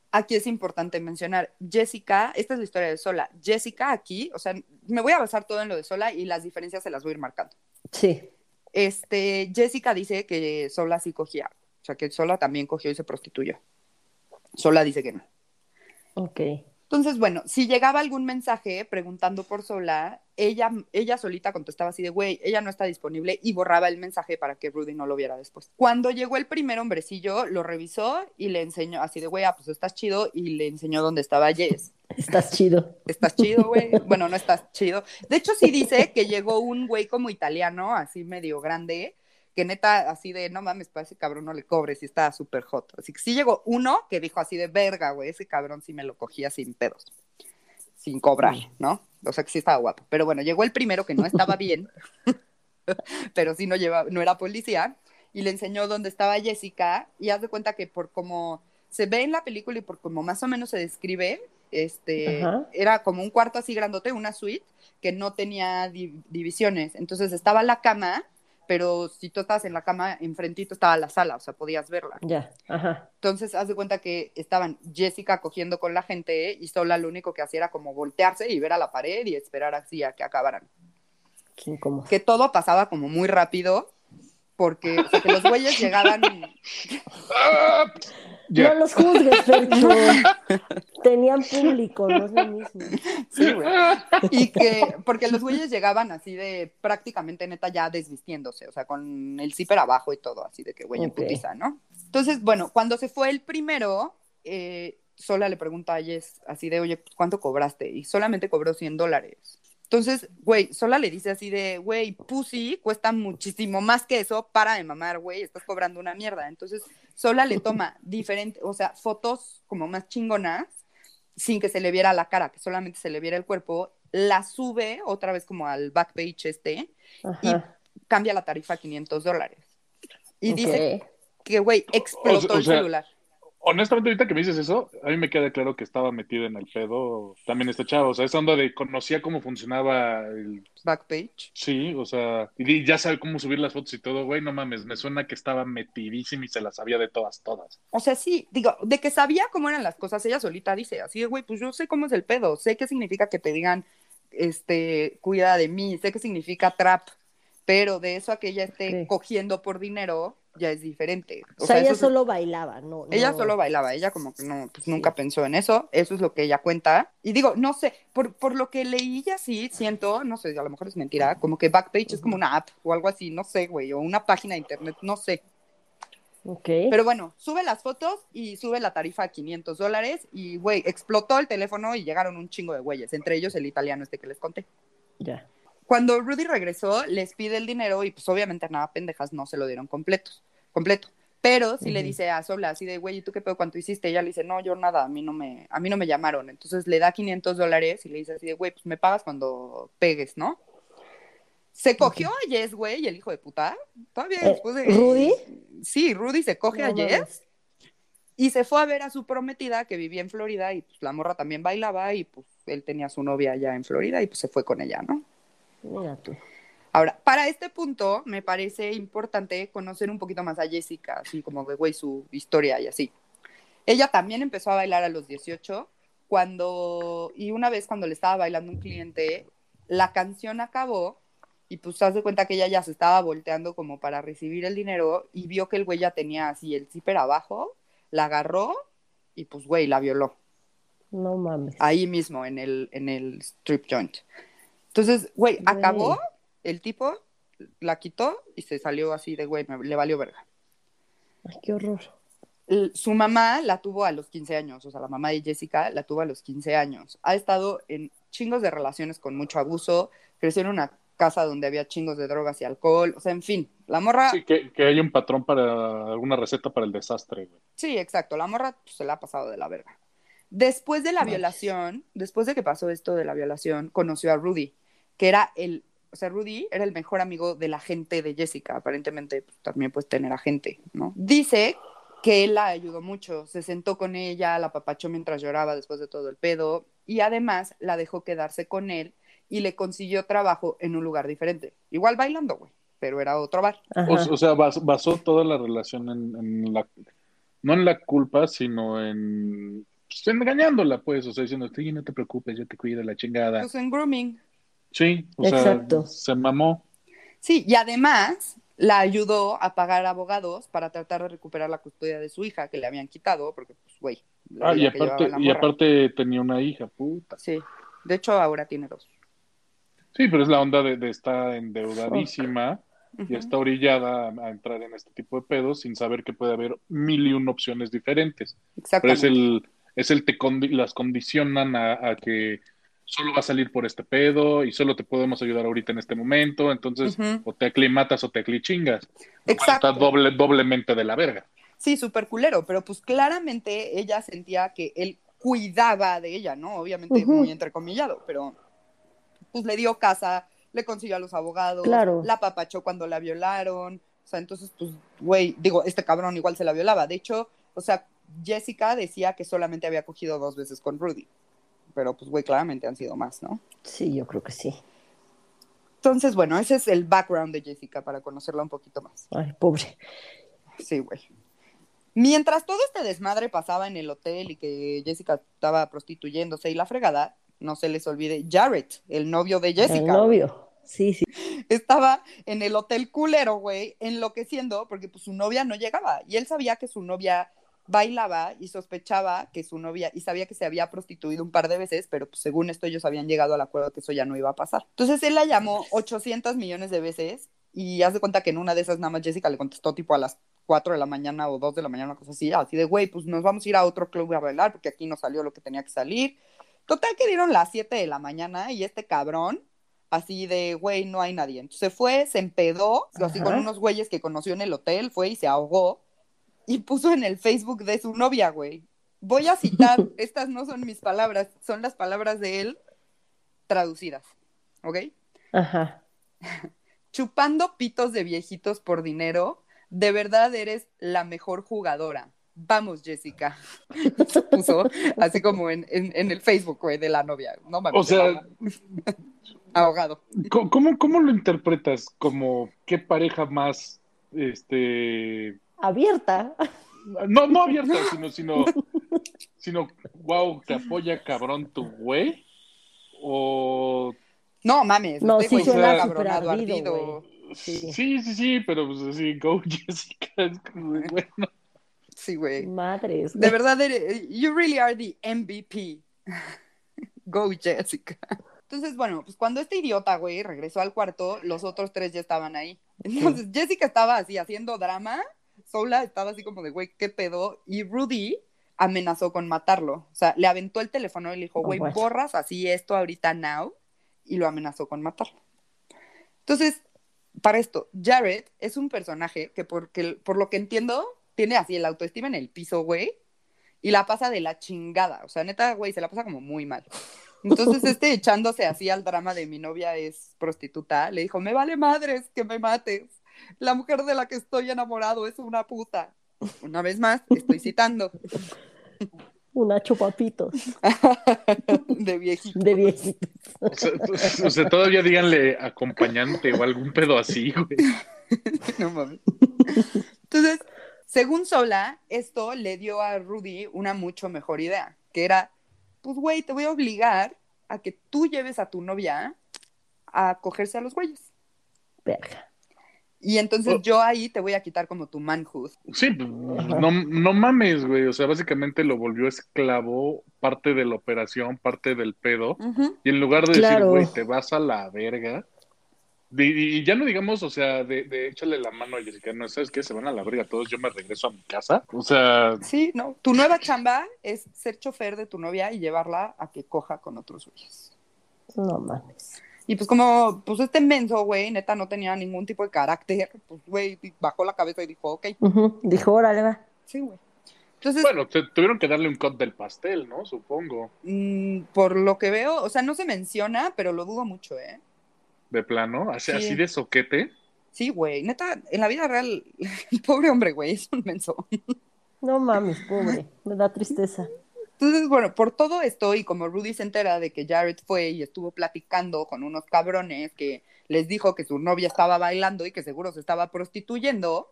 [SPEAKER 3] aquí es importante mencionar, Jessica, esta es la historia de Sola. Jessica aquí, o sea, me voy a basar todo en lo de Sola y las diferencias se las voy a ir marcando.
[SPEAKER 2] Sí.
[SPEAKER 3] Jessica dice que Sola sí cogía, o sea, que Sola también cogió y se prostituyó. Sola dice que no.
[SPEAKER 2] Ok.
[SPEAKER 3] Entonces, bueno, si llegaba algún mensaje preguntando por Sola, ella solita contestaba así de, güey, ella no está disponible y borraba el mensaje para que Rudy no lo viera después. Cuando llegó el primer hombrecillo, lo revisó y le enseñó así de, güey, pues estás chido, y le enseñó dónde estaba Jess.
[SPEAKER 2] Estás chido.
[SPEAKER 3] ¿Estás chido, güey? Bueno, no estás chido. De hecho, sí dice que llegó un güey como italiano, así medio grande, que neta, así de, no mames, para ese cabrón no le cobres, y estaba súper hot. Así que sí llegó uno que dijo así de, verga, güey, ese cabrón sí me lo cogía sin pedos, sin cobrar, ¿no? O sea que sí estaba guapo. Pero bueno, llegó el primero que no estaba bien, pero sí no era policía, y le enseñó dónde estaba Jessica, y haz de cuenta que por como se ve en la película y por como más o menos se describe,
[SPEAKER 2] Ajá.
[SPEAKER 3] era como un cuarto así grandote, una suite, que no tenía divisiones. Entonces estaba la cama, pero si tú estabas en la cama, enfrentito estaba la sala, o sea, podías verla.
[SPEAKER 2] Ya. Ajá.
[SPEAKER 3] Entonces, haz de cuenta que estaban Jessica cogiendo con la gente y Sola lo único que hacía era como voltearse y ver a la pared y esperar así a que acabaran.
[SPEAKER 2] Qué incómodo.
[SPEAKER 3] Que todo pasaba como muy rápido, porque, o sea, que los güeyes llegaban...
[SPEAKER 2] No los juzgues, Fercho. Tenían público, no es lo mismo.
[SPEAKER 3] Sí, güey. Y porque los güeyes llegaban así de prácticamente neta ya desvistiéndose, o sea, con el zipper abajo y todo, así de que güey en putiza, ¿no? Entonces, bueno, cuando se fue el primero, Sola le pregunta a Jess así de, oye, ¿cuánto cobraste? Y solamente cobró $100. Entonces, güey, Sola le dice así de, güey, Pussy cuesta muchísimo más que eso, para de mamar, güey, estás cobrando una mierda. Entonces, Sola le toma o sea, fotos como más chingonas, sin que se le viera la cara, que solamente se le viera el cuerpo, la sube otra vez como al backpage y cambia la tarifa a $500. Y dice que, güey, explotó el celular.
[SPEAKER 1] Honestamente, ahorita que me dices eso, a mí me queda claro que estaba metido en el pedo también esta chava. O sea, esa onda de conocía cómo funcionaba el
[SPEAKER 3] backpage.
[SPEAKER 1] Sí, o sea, y ya sabe cómo subir las fotos y todo, güey, no mames, me suena que estaba metidísima y se las sabía de todas, todas.
[SPEAKER 3] O sea, sí, digo, de que sabía cómo eran las cosas, ella solita dice, así de, güey, pues yo sé cómo es el pedo, sé qué significa que te digan, cuida de mí, sé qué significa trap, pero de eso a que ella esté cogiendo por dinero, ya es diferente.
[SPEAKER 2] O sea, ella solo bailaba, ¿no?
[SPEAKER 3] Ella solo bailaba, ella como que no, pues nunca pensó en eso es lo que ella cuenta. Y digo, no sé, por lo que leí ya sí, siento, no sé, a lo mejor es mentira, como que Backpage es como una app o algo así, no sé, güey, o una página de internet, no sé. Pero bueno, sube las fotos y sube la tarifa a $500 y, güey, explotó el teléfono y llegaron un chingo de güeyes, entre ellos el italiano que les conté.
[SPEAKER 2] Ya.
[SPEAKER 3] Cuando Rudy regresó, les pide el dinero y pues obviamente nada, pendejas, no se lo dieron completo. Pero sí le dice a Sola así de, güey, ¿y tú qué pedo? ¿Cuánto hiciste? Y ella le dice, no, yo nada, a mí no me llamaron. Entonces le da $500 y le dice así de, güey, pues me pagas cuando pegues, ¿no? Se cogió a Jess, güey, el hijo de puta. Todavía después de...
[SPEAKER 2] ¿Rudy?
[SPEAKER 3] Sí, Rudy se coge a Jess y se fue a ver a su prometida que vivía en Florida y pues la morra también bailaba y pues él tenía a su novia allá en Florida y pues se fue con ella, ¿no?
[SPEAKER 2] Mira tú.
[SPEAKER 3] Ahora, para este punto, me parece importante conocer un poquito más a Jessica, así como de, güey, su historia y así. Ella también empezó a bailar a los 18, y una vez cuando le estaba bailando un cliente, la canción acabó, y pues haz de cuenta que ella ya se estaba volteando como para recibir el dinero, y vio que el güey ya tenía así el zipper abajo, la agarró, y pues, güey, la violó.
[SPEAKER 2] No mames.
[SPEAKER 3] Ahí mismo, en el strip joint. Entonces, güey, acabó, el tipo la quitó y se salió así de, güey, le valió verga.
[SPEAKER 2] Ay, qué horror.
[SPEAKER 3] Su mamá la tuvo a los 15 años, o sea, la mamá de Jessica la tuvo a los 15 años. Ha estado en chingos de relaciones con mucho abuso, creció en una casa donde había chingos de drogas y alcohol, o sea, en fin, la morra...
[SPEAKER 1] Sí, que hay un patrón para alguna receta para el desastre, güey.
[SPEAKER 3] Sí, exacto, la morra pues, se la ha pasado de la verga. Después de la violación, después de que pasó esto de la violación, conoció a Rudy, que era o sea, Rudy era el mejor amigo de la gente de Jessica, aparentemente pues, también puedes tener agente, ¿no? Dice que él la ayudó mucho, se sentó con ella, la apapachó mientras lloraba después de todo el pedo, y además la dejó quedarse con él y le consiguió trabajo en un lugar diferente. Igual bailando, güey, pero era otro bar.
[SPEAKER 1] O sea, basó toda la relación no en la culpa, sino en pues, engañándola, pues, o sea, diciendo, sí, no te preocupes, yo te cuido la chingada.
[SPEAKER 3] Pues en grooming.
[SPEAKER 1] Sí, o sea,
[SPEAKER 2] Exacto.
[SPEAKER 1] se mamó.
[SPEAKER 3] Sí, y además la ayudó a pagar abogados para tratar de recuperar la custodia de su hija que le habían quitado, porque, pues, güey, la
[SPEAKER 1] Ah,
[SPEAKER 3] vida que llevaba la
[SPEAKER 1] y
[SPEAKER 3] morra.
[SPEAKER 1] aparte tenía una hija, puta.
[SPEAKER 3] Sí, de hecho ahora tiene 2.
[SPEAKER 1] Sí, pero es la onda de estar
[SPEAKER 2] Fuck.
[SPEAKER 1] endeudadísima y
[SPEAKER 3] Ujú.
[SPEAKER 1] está orillada a entrar en este tipo de pedos sin saber que puede haber mil y una opciones diferentes. Pero
[SPEAKER 3] Exactamente.
[SPEAKER 1] las condicionan a que solo va a salir por este pedo y solo te podemos ayudar ahorita en este momento. Entonces,
[SPEAKER 3] Ujú.
[SPEAKER 1] o te aclimatas o te aclichingas, lo cual está
[SPEAKER 3] Exacto.
[SPEAKER 1] doblemente de la verga.
[SPEAKER 3] Sí, súper culero, pero pues claramente ella sentía que él cuidaba de ella, ¿no? Obviamente muy
[SPEAKER 2] Ujú,
[SPEAKER 3] entrecomillado, pero pues le dio casa, le consiguió a los abogados,
[SPEAKER 2] claro.
[SPEAKER 3] la apapachó cuando la violaron, o sea, entonces, pues, güey, digo, este cabrón igual se la violaba. De hecho, o sea, Jessica decía que solamente había cogido 2 veces con Rudy, pero pues, güey, claramente han sido más, ¿no?
[SPEAKER 2] Sí, yo creo que sí.
[SPEAKER 3] Entonces, bueno, ese es el background de Jessica para conocerla un poquito más.
[SPEAKER 2] Ay, pobre.
[SPEAKER 3] Sí, güey. Mientras todo este desmadre pasaba en el hotel y que Jessica estaba prostituyéndose y la fregada, no se les olvide Jared, el novio de
[SPEAKER 2] El
[SPEAKER 3] Jessica, güey.
[SPEAKER 2] novio. Sí, sí.
[SPEAKER 3] Estaba en el hotel culero, güey, enloqueciendo porque pues su novia no llegaba y él sabía que su novia bailaba y sospechaba que su novia y sabía que se había prostituido un par de veces, pero pues según esto ellos habían llegado al acuerdo que eso ya no iba a pasar. Entonces él la llamó 800 millones de veces y haz de cuenta que en una de esas nada más Jessica le contestó tipo a las 4 de la mañana o 2 de la mañana, una cosa así de, güey, pues nos vamos a ir a otro club a bailar porque aquí no salió lo que tenía que salir. Total que dieron las 7 de la mañana y este cabrón así de, güey, no hay nadie. Entonces se fue, se empedó, así con
[SPEAKER 2] Ajá.
[SPEAKER 3] unos güeyes que conoció en el hotel, fue y se ahogó y puso en el Facebook de su novia, güey. Voy a citar, estas no son mis palabras, son las palabras de él traducidas, ¿ok?
[SPEAKER 2] Ajá.
[SPEAKER 3] Chupando pitos de viejitos por dinero, de verdad eres la mejor jugadora. Vamos, Jessica. Y se puso así como en el Facebook, güey, de la novia. No
[SPEAKER 1] O
[SPEAKER 3] mames,
[SPEAKER 1] sea,
[SPEAKER 3] ahogado.
[SPEAKER 1] ¿cómo lo interpretas? Como qué pareja más, este,
[SPEAKER 2] Abierta.
[SPEAKER 1] no abierta, sino, wow, te apoya cabrón tu güey, o,
[SPEAKER 3] No mames,
[SPEAKER 2] No,
[SPEAKER 3] este
[SPEAKER 2] sí
[SPEAKER 1] o
[SPEAKER 3] güey está
[SPEAKER 2] suena
[SPEAKER 1] sea,
[SPEAKER 2] súper
[SPEAKER 3] encabronado,
[SPEAKER 2] ardido, güey.
[SPEAKER 3] ardido.
[SPEAKER 2] Sí.
[SPEAKER 1] sí, pero pues así, go Jessica, es como, bueno,
[SPEAKER 3] Sí, güey.
[SPEAKER 2] Madres,
[SPEAKER 3] De
[SPEAKER 2] güey.
[SPEAKER 3] verdad, you really are the MVP. Go, Jessica. Entonces, bueno, pues cuando este idiota, güey, regresó al cuarto, los otros 3 ya estaban ahí.
[SPEAKER 2] Sí.
[SPEAKER 3] Entonces, Jessica estaba así haciendo drama, sola estaba así como de, güey, ¿qué pedo? Y Rudy amenazó con matarlo. O sea, le aventó el teléfono y le dijo,
[SPEAKER 2] No,
[SPEAKER 3] güey,
[SPEAKER 2] bueno.
[SPEAKER 3] borras así esto ahorita now. Y lo amenazó con matarlo. Entonces, para esto, Jared es un personaje que por lo que entiendo, tiene así el autoestima en el piso, güey, y la pasa de la chingada. O sea, neta, güey, se la pasa como muy mal. Entonces, echándose así al drama de mi novia es prostituta, le dijo, me vale madres que me mates. La mujer de la que estoy enamorado es una puta. Una vez más, estoy citando.
[SPEAKER 2] Una chupapitos
[SPEAKER 3] De viejito.
[SPEAKER 2] de viejito.
[SPEAKER 1] o sea, todavía díganle acompañante o algún pedo así, güey.
[SPEAKER 3] No mames. Entonces, según Sola, esto le dio a Rudy una mucho mejor idea, que era, pues, güey, te voy a obligar a que tú lleves a tu novia a cogerse a los güeyes.
[SPEAKER 2] Verga.
[SPEAKER 3] Y entonces
[SPEAKER 1] O-
[SPEAKER 3] yo ahí te voy a quitar como tu manhood.
[SPEAKER 1] sí, pues,
[SPEAKER 2] Ajá.
[SPEAKER 1] no mames, güey, o sea, básicamente lo volvió esclavo, parte de la operación, parte del pedo,
[SPEAKER 3] Ujú.
[SPEAKER 1] y en lugar de decir, güey,
[SPEAKER 2] Claro.
[SPEAKER 1] te vas a la verga, y ya no digamos, o sea, de échale la mano a Jessica, no, ¿sabes qué? Se van a la verga todos, yo me regreso a mi casa. O sea,
[SPEAKER 3] Sí, no. Tu nueva chamba es ser chofer de tu novia y llevarla a que coja con otros güeyes.
[SPEAKER 2] No mames.
[SPEAKER 3] Y pues como, pues este menso, güey, neta no tenía ningún tipo de carácter, pues güey, bajó la cabeza y dijo, ok,
[SPEAKER 2] Dijo, órale, va.
[SPEAKER 3] sí, güey. Entonces,
[SPEAKER 1] bueno, tuvieron que darle un cut del pastel, ¿no? Supongo,
[SPEAKER 3] por lo que veo, o sea, no se menciona, pero lo dudo mucho, ¿eh?
[SPEAKER 1] de plano, así
[SPEAKER 3] Sí,
[SPEAKER 1] de soquete.
[SPEAKER 3] sí, güey, neta, en la vida real, el pobre hombre, güey, es un menso.
[SPEAKER 2] No mames, pobre. Me da tristeza.
[SPEAKER 3] Entonces, bueno, por todo esto, y como Rudy se entera de que Jared fue y estuvo platicando con unos cabrones que les dijo que su novia estaba bailando y que seguro se estaba prostituyendo,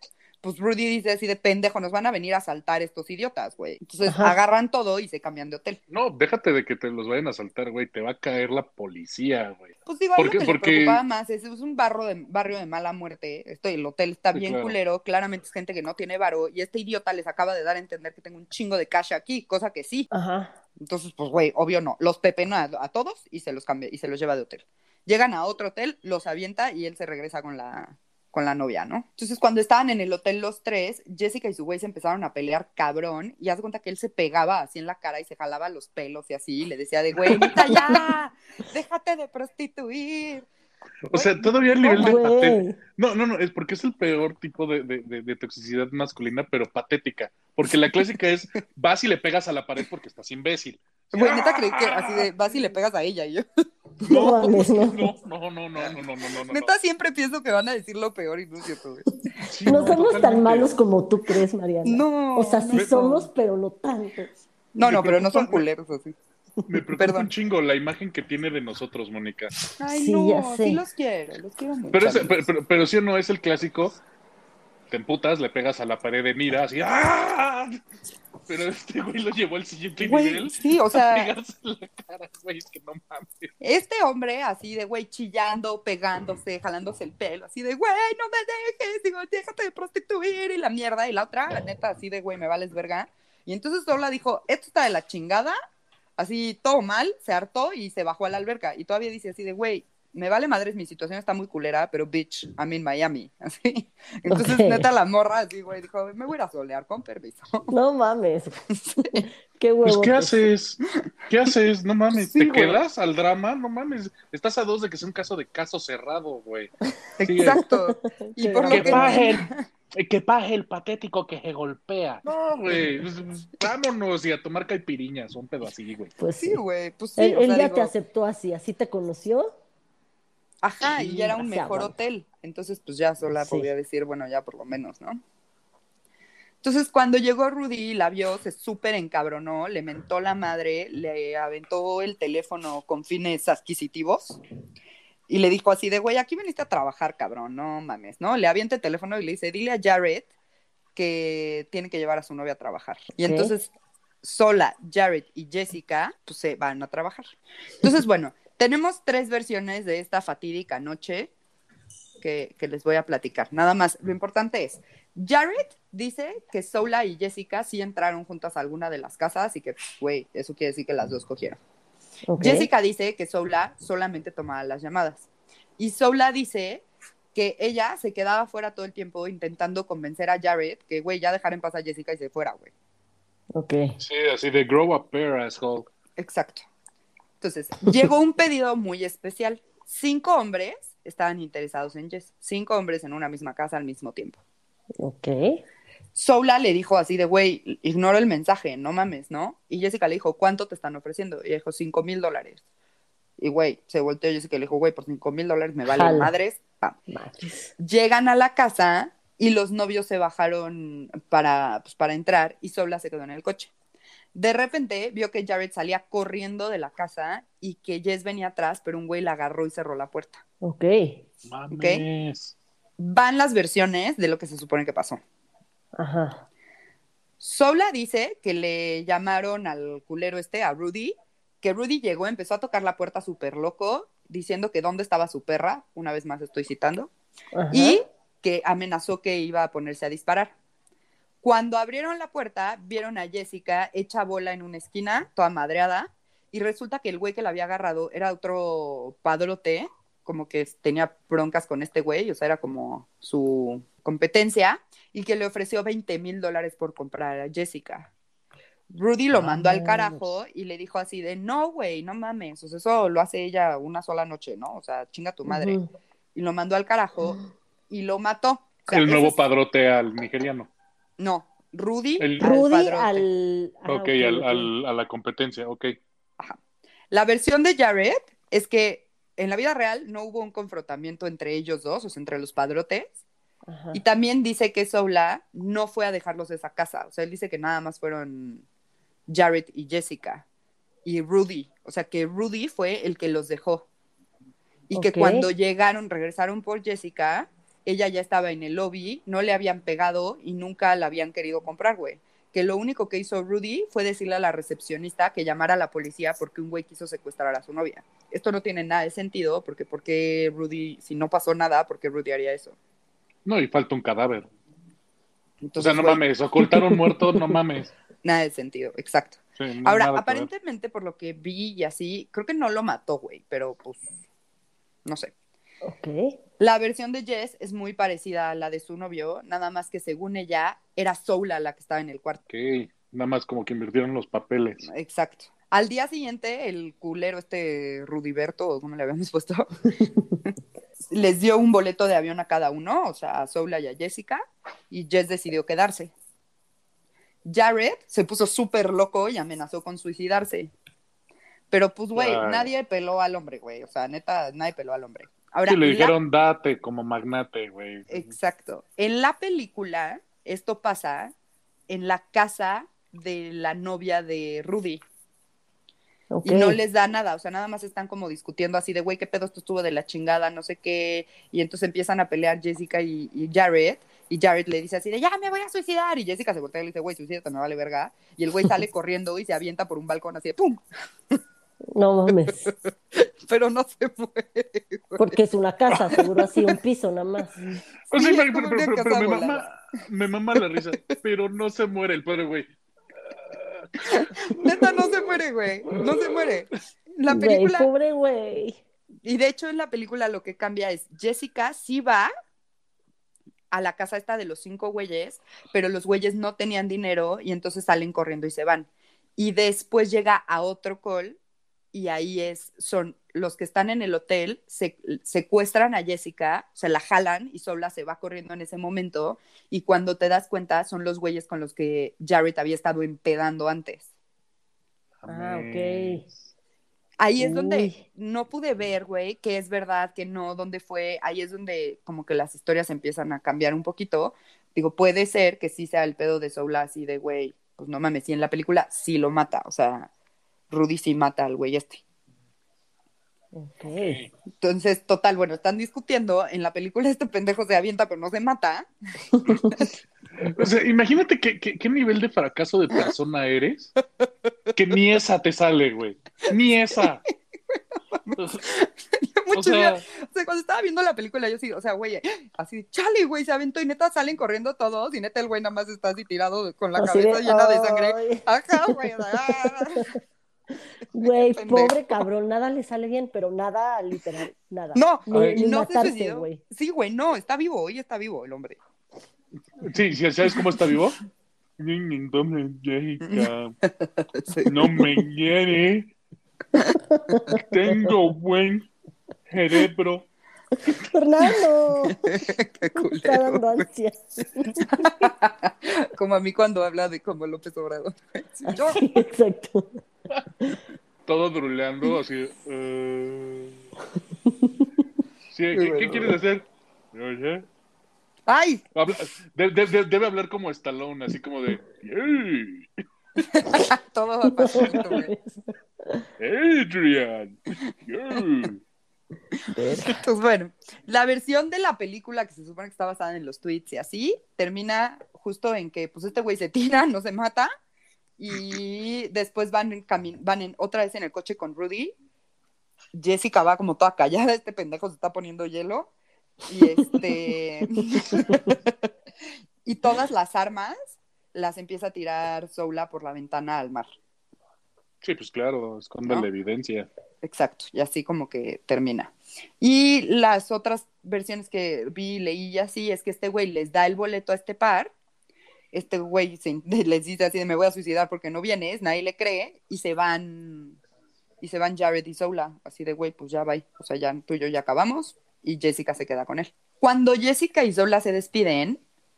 [SPEAKER 3] pues Rudy dice así de pendejo, nos van a venir a asaltar estos idiotas, güey. Entonces
[SPEAKER 2] Ajá.
[SPEAKER 3] agarran todo y se cambian de hotel.
[SPEAKER 1] No, déjate de que te los vayan a asaltar, güey. Te va a caer la policía, güey.
[SPEAKER 3] Pues digo, ahí lo
[SPEAKER 1] Porque,
[SPEAKER 3] que le preocupaba
[SPEAKER 1] porque,
[SPEAKER 3] más es un barrio de mala muerte. El hotel está
[SPEAKER 1] sí,
[SPEAKER 3] bien
[SPEAKER 1] claro.
[SPEAKER 3] culero, claramente es gente que no tiene varo, y este idiota les acaba de dar a entender que tengo un chingo de cash aquí, cosa que sí.
[SPEAKER 2] Ajá.
[SPEAKER 3] Entonces, pues, güey, obvio no. Los pepena a todos y se los cambia y se los lleva de hotel. Llegan a otro hotel, los avienta y él se regresa con la novia, ¿no? Entonces, cuando estaban en el hotel los tres, Jessica y su güey se empezaron a pelear cabrón y haz de cuenta que él se pegaba así en la cara y se jalaba los pelos y así, y le decía de, güey, neta, ya, déjate de prostituir.
[SPEAKER 1] O sea,
[SPEAKER 3] Güey,
[SPEAKER 1] todavía el nivel de
[SPEAKER 2] Güey.
[SPEAKER 1] patética. No, es porque es el peor tipo de toxicidad masculina, pero patética. Porque la clásica es, vas y le pegas a la pared porque estás imbécil.
[SPEAKER 3] Güey, neta creí que así de, vas y le pegas a ella y yo.
[SPEAKER 2] No mames, no.
[SPEAKER 1] No.
[SPEAKER 3] Neta siempre pienso que van a decir lo peor y no es cierto, güey.
[SPEAKER 1] Sí,
[SPEAKER 2] No somos tan
[SPEAKER 1] totalmente.
[SPEAKER 2] malos como tú crees, Mariana.
[SPEAKER 3] No,
[SPEAKER 2] O sea, sí
[SPEAKER 3] no.
[SPEAKER 2] somos, pero no tanto.
[SPEAKER 3] No,
[SPEAKER 1] Me
[SPEAKER 3] pero no son
[SPEAKER 1] preocupa-
[SPEAKER 3] culeros así.
[SPEAKER 1] Me preocupa
[SPEAKER 3] Perdón.
[SPEAKER 1] un chingo la imagen que tiene de nosotros, Mónica.
[SPEAKER 3] Ay,
[SPEAKER 2] Sí,
[SPEAKER 3] no,
[SPEAKER 2] ya sé.
[SPEAKER 3] sí los quiero mucho.
[SPEAKER 1] Pero,
[SPEAKER 3] amigos.
[SPEAKER 1] pero sí o no es el clásico, te emputas, le pegas a la pared de mira, así, ¡ah! Pero este güey lo llevó al siguiente
[SPEAKER 3] Güey,
[SPEAKER 1] nivel.
[SPEAKER 3] sí, o sea,
[SPEAKER 1] Pegarse en la cara, güey, es que no mames.
[SPEAKER 3] este hombre así de güey chillando, pegándose, jalándose el pelo, así de güey, no me dejes, digo, déjate de prostituir y la mierda, y la otra, neta, así de güey, me vales verga. Y entonces Sola dijo, esto está de la chingada, así todo mal, se hartó y se bajó a la alberca. Y todavía dice así de güey, me vale madres, mi situación está muy culera, pero bitch, I'm in Miami, así. Entonces,
[SPEAKER 2] Ok.
[SPEAKER 3] neta, la morra así, güey, dijo, me voy a ir a solear, con permiso.
[SPEAKER 2] No mames. Qué
[SPEAKER 1] Pues,
[SPEAKER 2] huevo.
[SPEAKER 1] ¿qué haces? ¿Qué haces? No mames,
[SPEAKER 3] Sí,
[SPEAKER 1] ¿te
[SPEAKER 3] güey.
[SPEAKER 1] quedas al drama? No mames, estás a dos de que sea un caso de caso cerrado, güey.
[SPEAKER 3] Exacto. Y por lo
[SPEAKER 2] Que
[SPEAKER 3] que
[SPEAKER 1] Que paje el patético que se golpea. No, güey, pues, vámonos y a tomar caipiriñas, un pedo así, güey.
[SPEAKER 2] Pues
[SPEAKER 3] sí,
[SPEAKER 2] sí.
[SPEAKER 3] güey, pues sí,
[SPEAKER 2] Él,
[SPEAKER 3] o sea,
[SPEAKER 2] ya
[SPEAKER 3] digo,
[SPEAKER 2] te aceptó así te conoció.
[SPEAKER 3] ajá, y ya era un
[SPEAKER 2] Así
[SPEAKER 3] mejor
[SPEAKER 2] aguanta.
[SPEAKER 3] hotel. Entonces, pues ya Sola
[SPEAKER 2] Sí.
[SPEAKER 3] podía decir, bueno, ya por lo menos, ¿no? Entonces, cuando llegó Rudy y la vio, se súper encabronó, le mentó la madre, le aventó el teléfono con fines adquisitivos y le dijo así de, güey, aquí viniste a trabajar, cabrón, no mames, ¿no? Le avienta el teléfono y le dice, dile a Jared que tiene que llevar a su novia a trabajar. Y
[SPEAKER 2] Ok.
[SPEAKER 3] entonces Sola, Jared y Jessica, pues se van a trabajar. Entonces, bueno, tenemos 3 versiones de esta fatídica noche que les voy a platicar. Nada más, lo importante es, Jared dice que Sola y Jessica sí entraron juntas a alguna de las casas y que, güey, eso quiere decir que las dos cogieron.
[SPEAKER 2] Ok.
[SPEAKER 3] Jessica dice que Sola solamente tomaba las llamadas. Y Sola dice que ella se quedaba fuera todo el tiempo intentando convencer a Jared que, güey, ya dejara en paz a Jessica y se fuera, güey.
[SPEAKER 2] Ok.
[SPEAKER 1] Sí, así de grow up pair, asshole.
[SPEAKER 3] Exacto. Entonces, llegó un pedido muy especial. 5 hombres estaban interesados en Jess. 5 hombres en una misma casa al mismo tiempo.
[SPEAKER 2] Ok.
[SPEAKER 3] Sola le dijo así de, güey, ignoro el mensaje, no mames, ¿no? Y Jessica le dijo, ¿cuánto te están ofreciendo? Y ella dijo, $5,000. Y, güey, se volteó Jessica y le dijo, güey, por $5,000 me vale
[SPEAKER 2] Jalo.
[SPEAKER 3] madres. Pam.
[SPEAKER 2] Madres.
[SPEAKER 3] Llegan a la casa y los novios se bajaron para entrar y Sola se quedó en el coche. De repente vio que Jared salía corriendo de la casa y que Jess venía atrás, pero un güey la agarró y cerró la puerta.
[SPEAKER 2] Ok.
[SPEAKER 1] Mames.
[SPEAKER 3] Van las versiones de lo que se supone que pasó.
[SPEAKER 2] Ajá.
[SPEAKER 3] Sola dice que le llamaron al culero a Rudy, que Rudy llegó, empezó a tocar la puerta súper loco, diciendo que dónde estaba su perra, una vez más estoy citando,
[SPEAKER 2] Ajá.
[SPEAKER 3] y que amenazó que iba a ponerse a disparar. Cuando abrieron la puerta, vieron a Jessica hecha bola en una esquina, toda madreada, y resulta que el güey que la había agarrado era otro padrote, como que tenía broncas con este güey, o sea, era como su competencia, y que le ofreció $20,000 por comprar a Jessica. Rudy lo mandó al carajo y le dijo así de, no, güey, no mames, o sea, eso lo hace ella una sola noche, ¿no? O sea, chinga tu madre.
[SPEAKER 2] Ujú.
[SPEAKER 3] Y lo mandó al carajo y lo mató. O sea,
[SPEAKER 1] El nuevo
[SPEAKER 3] ese es-
[SPEAKER 1] padrote al nigeriano.
[SPEAKER 3] No, Rudy
[SPEAKER 1] El-
[SPEAKER 3] al
[SPEAKER 2] Rudy
[SPEAKER 3] padrote.
[SPEAKER 2] al. Ah,
[SPEAKER 1] Ok, a la competencia, ok.
[SPEAKER 3] Ajá. La versión de Jared es que en la vida real no hubo un confrontamiento entre ellos dos, o sea, entre los padrotes.
[SPEAKER 2] Ajá.
[SPEAKER 3] Y también dice que Sola no fue a dejarlos de esa casa. O sea, él dice que nada más fueron Jared y Jessica y Rudy. O sea, que Rudy fue el que los dejó. Y que
[SPEAKER 2] Ok.
[SPEAKER 3] cuando regresaron por Jessica, ella ya estaba en el lobby, no le habían pegado y nunca la habían querido comprar, güey. Que lo único que hizo Rudy fue decirle a la recepcionista que llamara a la policía porque un güey quiso secuestrar a su novia. Esto no tiene nada de sentido, porque Rudy, si no pasó nada, ¿por qué Rudy haría eso?
[SPEAKER 1] No, y falta un cadáver. O sea,
[SPEAKER 3] Entonces,
[SPEAKER 1] no
[SPEAKER 3] güey,
[SPEAKER 1] mames, ocultar un muerto, no mames.
[SPEAKER 3] nada de sentido, exacto.
[SPEAKER 1] Sí,
[SPEAKER 3] Ahora,
[SPEAKER 1] nada que ver.
[SPEAKER 3] aparentemente, por lo que vi y así, creo que no lo mató, güey, pero pues, no sé.
[SPEAKER 2] Ok.
[SPEAKER 3] La versión de Jess es muy parecida a la de su novio, nada más que según ella, era Soula la que estaba en el cuarto.
[SPEAKER 1] Ok, nada más como que invirtieron los papeles.
[SPEAKER 3] Exacto. Al día siguiente, el culero Rudiberto, o como le habíamos puesto, les dio un boleto de avión a cada uno, o sea, a Soula y a Jessica, y Jess decidió quedarse. Jared se puso súper loco y amenazó con suicidarse. Pero pues, güey,
[SPEAKER 1] Ay.
[SPEAKER 3] nadie peló al hombre, güey. O sea, neta, nadie peló al hombre. Ahora,
[SPEAKER 1] Sí, le dijeron date como magnate, güey.
[SPEAKER 3] Exacto. En la película, esto pasa en la casa de la novia de Rudy.
[SPEAKER 2] Ok.
[SPEAKER 3] Y no les da nada, o sea, nada más están como discutiendo así de, güey, qué pedo, esto estuvo de la chingada, no sé qué. Y entonces empiezan a pelear Jessica y Jared. Y Jared le dice así de, ya me voy a suicidar. Y Jessica se voltea y le dice, güey, suicídate, me vale verga. Y el güey sale corriendo y se avienta por un balcón así de, ¡pum!
[SPEAKER 2] No mames.
[SPEAKER 3] Pero no se muere, güey.
[SPEAKER 2] Porque es una casa, seguro así, un piso nada más.
[SPEAKER 1] O
[SPEAKER 3] Sí,
[SPEAKER 1] sea,
[SPEAKER 3] es como una casa volada.
[SPEAKER 1] me mama la risa, pero no se muere el pobre güey.
[SPEAKER 3] Neta, no se muere, güey. No se muere. La
[SPEAKER 2] Güey,
[SPEAKER 3] película,
[SPEAKER 2] pobre güey.
[SPEAKER 3] y de hecho en la película lo que cambia es, Jessica sí va a la casa esta de los 5 güeyes, pero los güeyes no tenían dinero y entonces salen corriendo y se van. Y después llega a otro call y ahí son los que están en el hotel, secuestran a Jessica, se la jalan y Sola se va corriendo en ese momento y cuando te das cuenta son los güeyes con los que Jared había estado empedando antes.
[SPEAKER 2] Ah, ok.
[SPEAKER 3] Ahí es donde
[SPEAKER 2] Uy.
[SPEAKER 3] no pude ver, güey, que es verdad, que no, dónde fue. Ahí es donde como que las historias empiezan a cambiar un poquito. Digo, puede ser que sí sea el pedo de Soula así de, güey, pues no mames, y en la película sí lo mata. O sea, Rudy sí mata al güey este.
[SPEAKER 2] Ok.
[SPEAKER 3] Entonces, total, bueno, están discutiendo. En la película este pendejo se avienta, pero no se mata.
[SPEAKER 1] O sea, imagínate qué nivel de fracaso de persona eres, que ni esa te sale, güey. Ni esa. O sea,
[SPEAKER 3] O sea, cuando estaba viendo la película, yo sí, o sea, güey, así, chale, güey, se aventó y neta salen corriendo todos y neta el güey nada más está así tirado con la
[SPEAKER 2] Así
[SPEAKER 3] cabeza
[SPEAKER 2] de,
[SPEAKER 3] llena de sangre.
[SPEAKER 2] ay.
[SPEAKER 3] Ajá, güey. O sea,
[SPEAKER 2] Güey,
[SPEAKER 3] pendejo.
[SPEAKER 2] pobre cabrón, nada le sale bien, pero nada, literal, nada.
[SPEAKER 3] No,
[SPEAKER 2] Ni
[SPEAKER 3] y no se
[SPEAKER 2] matarse,
[SPEAKER 3] suicidó.
[SPEAKER 2] güey.
[SPEAKER 3] Sí, güey, no, está vivo, hoy está vivo el hombre.
[SPEAKER 1] sí, ¿sabes cómo está vivo? Entonces, Jessica,
[SPEAKER 3] Sí.
[SPEAKER 1] no me quiere. Tengo buen cerebro.
[SPEAKER 2] Fernando,
[SPEAKER 3] Qué culero.
[SPEAKER 2] está dando ansia.
[SPEAKER 3] Como a mí cuando habla de como López Obrador. Sí, yo,
[SPEAKER 2] Sí, exacto.
[SPEAKER 1] Todo druleando, así. Sí, ¿qué quieres hacer? No sé.
[SPEAKER 3] ¡ay!
[SPEAKER 1] Debe hablar como Stallone, así como de "Hey,
[SPEAKER 3] Todo apachito, güey.
[SPEAKER 1] Adrian, yeah".
[SPEAKER 3] Entonces, bueno, la versión de la película que se supone que está basada en los tweets y así, termina justo en que pues este güey se tira, no se mata, y después van otra vez en el coche con Rudy. Jessica va como toda callada, este pendejo se está poniendo hielo, y y todas las armas las empieza a tirar Soula por la ventana al mar.
[SPEAKER 1] Sí, pues claro, esconde
[SPEAKER 3] ¿No?
[SPEAKER 1] la evidencia.
[SPEAKER 3] Exacto, y así como que termina. Y las otras versiones que vi, leí y así, es que este güey les da el boleto a este par, este güey les dice así de me voy a suicidar porque no vienes, nadie le cree, y se van Jared y Soula, así de güey, pues ya bye, o sea, ya tú y yo ya acabamos, y Jessica se queda con él. Cuando Jessica y Soula se despiden,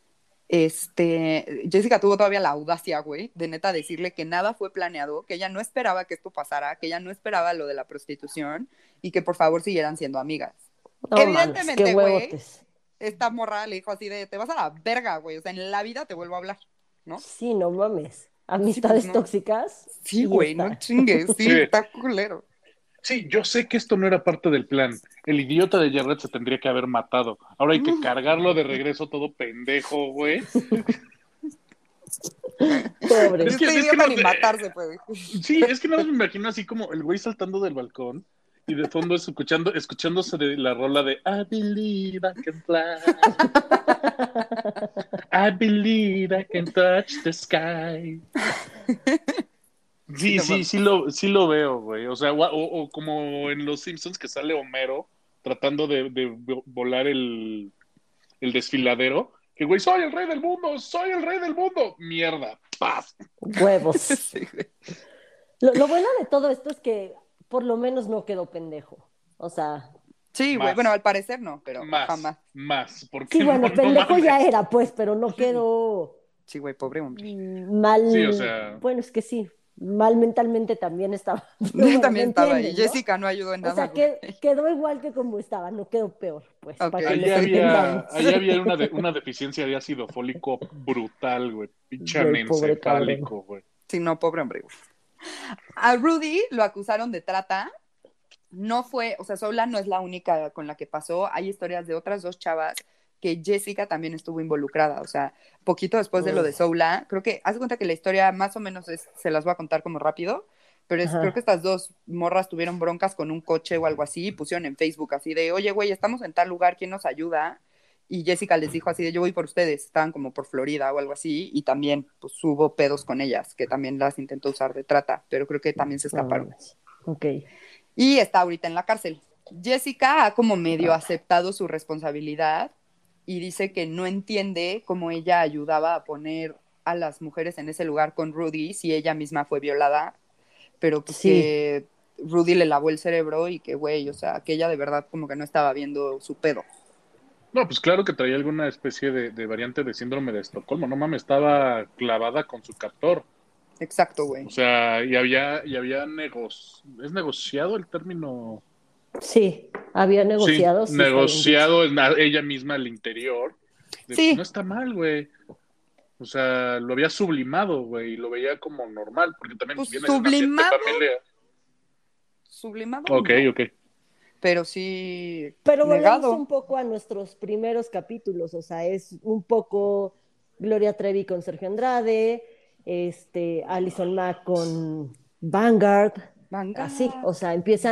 [SPEAKER 3] Jessica tuvo todavía la audacia, güey, de neta decirle que nada fue planeado, que ella no esperaba que esto pasara, que ella no esperaba lo de la prostitución y que por favor siguieran siendo amigas.
[SPEAKER 2] No mames,
[SPEAKER 3] Evidentemente,
[SPEAKER 2] qué
[SPEAKER 3] güey,
[SPEAKER 2] huevotes.
[SPEAKER 3] esta morra le dijo así de, te vas a la verga, güey, o sea, en la vida te vuelvo a hablar, ¿no?
[SPEAKER 2] Sí, no mames.
[SPEAKER 3] Sí,
[SPEAKER 2] Amistades
[SPEAKER 3] pues, no.
[SPEAKER 2] tóxicas.
[SPEAKER 3] Sí,
[SPEAKER 2] y
[SPEAKER 3] güey,
[SPEAKER 2] esta.
[SPEAKER 3] no chingues, sí,
[SPEAKER 1] Sí.
[SPEAKER 3] está culero.
[SPEAKER 1] Sí, yo sé que esto no era parte del plan. El idiota de Jared se tendría que haber matado. Ahora hay que cargarlo de regreso todo pendejo, güey.
[SPEAKER 2] Pobre.
[SPEAKER 1] Es que,
[SPEAKER 3] Este
[SPEAKER 1] es que
[SPEAKER 3] idiota
[SPEAKER 1] no,
[SPEAKER 3] ni matarse puede.
[SPEAKER 1] sí, es que no me imagino así como el güey saltando del balcón y de fondo escuchándose de la rola de I believe I can fly. I believe I can touch the sky.
[SPEAKER 3] Sí,
[SPEAKER 1] Sí,
[SPEAKER 3] no
[SPEAKER 1] sí,
[SPEAKER 3] mames.
[SPEAKER 1] sí lo veo, güey. O sea, o como en Los Simpsons que sale Homero tratando de volar el desfiladero. Que, güey, soy el rey del mundo, soy el rey del mundo. Mierda, paz.
[SPEAKER 2] Huevos.
[SPEAKER 3] Sí, güey.
[SPEAKER 2] Lo bueno de todo esto es que por lo menos no quedó pendejo. O sea,
[SPEAKER 3] Sí, güey. Bueno,
[SPEAKER 1] Más,
[SPEAKER 3] al parecer no, pero jamás.
[SPEAKER 1] más.
[SPEAKER 2] sí,
[SPEAKER 1] Porque
[SPEAKER 2] bueno,
[SPEAKER 1] no
[SPEAKER 2] pendejo ya
[SPEAKER 1] mames.
[SPEAKER 2] era, pues, pero no quedó
[SPEAKER 3] Sí, güey, pobre hombre.
[SPEAKER 1] Sí, o
[SPEAKER 2] mal.
[SPEAKER 1] sea,
[SPEAKER 2] Bueno, es que sí, mal mentalmente también estaba. Pero bueno, me
[SPEAKER 3] También estaba ahí.
[SPEAKER 2] entiendes, ¿no?
[SPEAKER 3] Jessica no ayudó en
[SPEAKER 2] O
[SPEAKER 3] nada,
[SPEAKER 2] sea,
[SPEAKER 3] güey.
[SPEAKER 2] que quedó igual que como estaba, no quedó peor, pues,
[SPEAKER 3] Ok,
[SPEAKER 2] para que
[SPEAKER 1] ahí
[SPEAKER 2] nos
[SPEAKER 1] había,
[SPEAKER 2] entendamos.
[SPEAKER 1] ahí había una deficiencia de ácido fólico brutal, güey. Pinche
[SPEAKER 2] Del pobre cabrón.
[SPEAKER 1] anencefálico, güey.
[SPEAKER 3] sí, no, pobre hombre, güey. A Rudy lo acusaron de trata. No fue, o sea, Sola no es la única con la que pasó. Hay historias de otras dos chavas que Jessica también estuvo involucrada. O sea, poquito después de lo de Sola, creo que, haz de cuenta que la historia más o menos se las voy a contar como rápido, pero creo que
[SPEAKER 2] Ajá.
[SPEAKER 3] estas dos morras tuvieron broncas con un coche o algo así y pusieron en Facebook así de, oye, güey, estamos en tal lugar, ¿quién nos ayuda? Y Jessica les dijo así de, yo voy por ustedes, estaban como por Florida o algo así, y también pues hubo pedos con ellas, que también las intentó usar de trata, pero creo que también se
[SPEAKER 2] No
[SPEAKER 3] escaparon.
[SPEAKER 2] mames. Ok.
[SPEAKER 3] Y está ahorita en la cárcel. Jessica ha como medio aceptado su responsabilidad y dice que no entiende cómo ella ayudaba a poner a las mujeres en ese lugar con Rudy si ella misma fue violada, pero pues
[SPEAKER 2] Sí.
[SPEAKER 3] que Rudy le lavó el cerebro y que, güey, o sea, que ella de verdad como que no estaba viendo su pedo.
[SPEAKER 1] No, pues claro que traía alguna especie de variante de síndrome de Estocolmo. No mames, estaba clavada con su captor.
[SPEAKER 3] Exacto,
[SPEAKER 1] O
[SPEAKER 3] güey.
[SPEAKER 1] sea, y había ¿es negociado el término?
[SPEAKER 2] Sí. Había
[SPEAKER 1] Sí,
[SPEAKER 2] negociado, sí está bien dicho.
[SPEAKER 1] negociado ella misma al interior. Pues no
[SPEAKER 3] Sí,
[SPEAKER 1] está mal, güey. O sea, lo había sublimado, güey, y lo veía como normal, porque también
[SPEAKER 3] pues
[SPEAKER 1] viene de un ambiente familiar.
[SPEAKER 3] sublimado
[SPEAKER 1] Ok,
[SPEAKER 3] no,
[SPEAKER 1] ok.
[SPEAKER 3] pero sí
[SPEAKER 2] Pero volvemos
[SPEAKER 3] negado.
[SPEAKER 2] un poco a nuestros primeros capítulos, o sea, es un poco Gloria Trevi con Sergio Andrade, Alison Mack con Vanguard, así,
[SPEAKER 3] Manga.
[SPEAKER 2] o sea,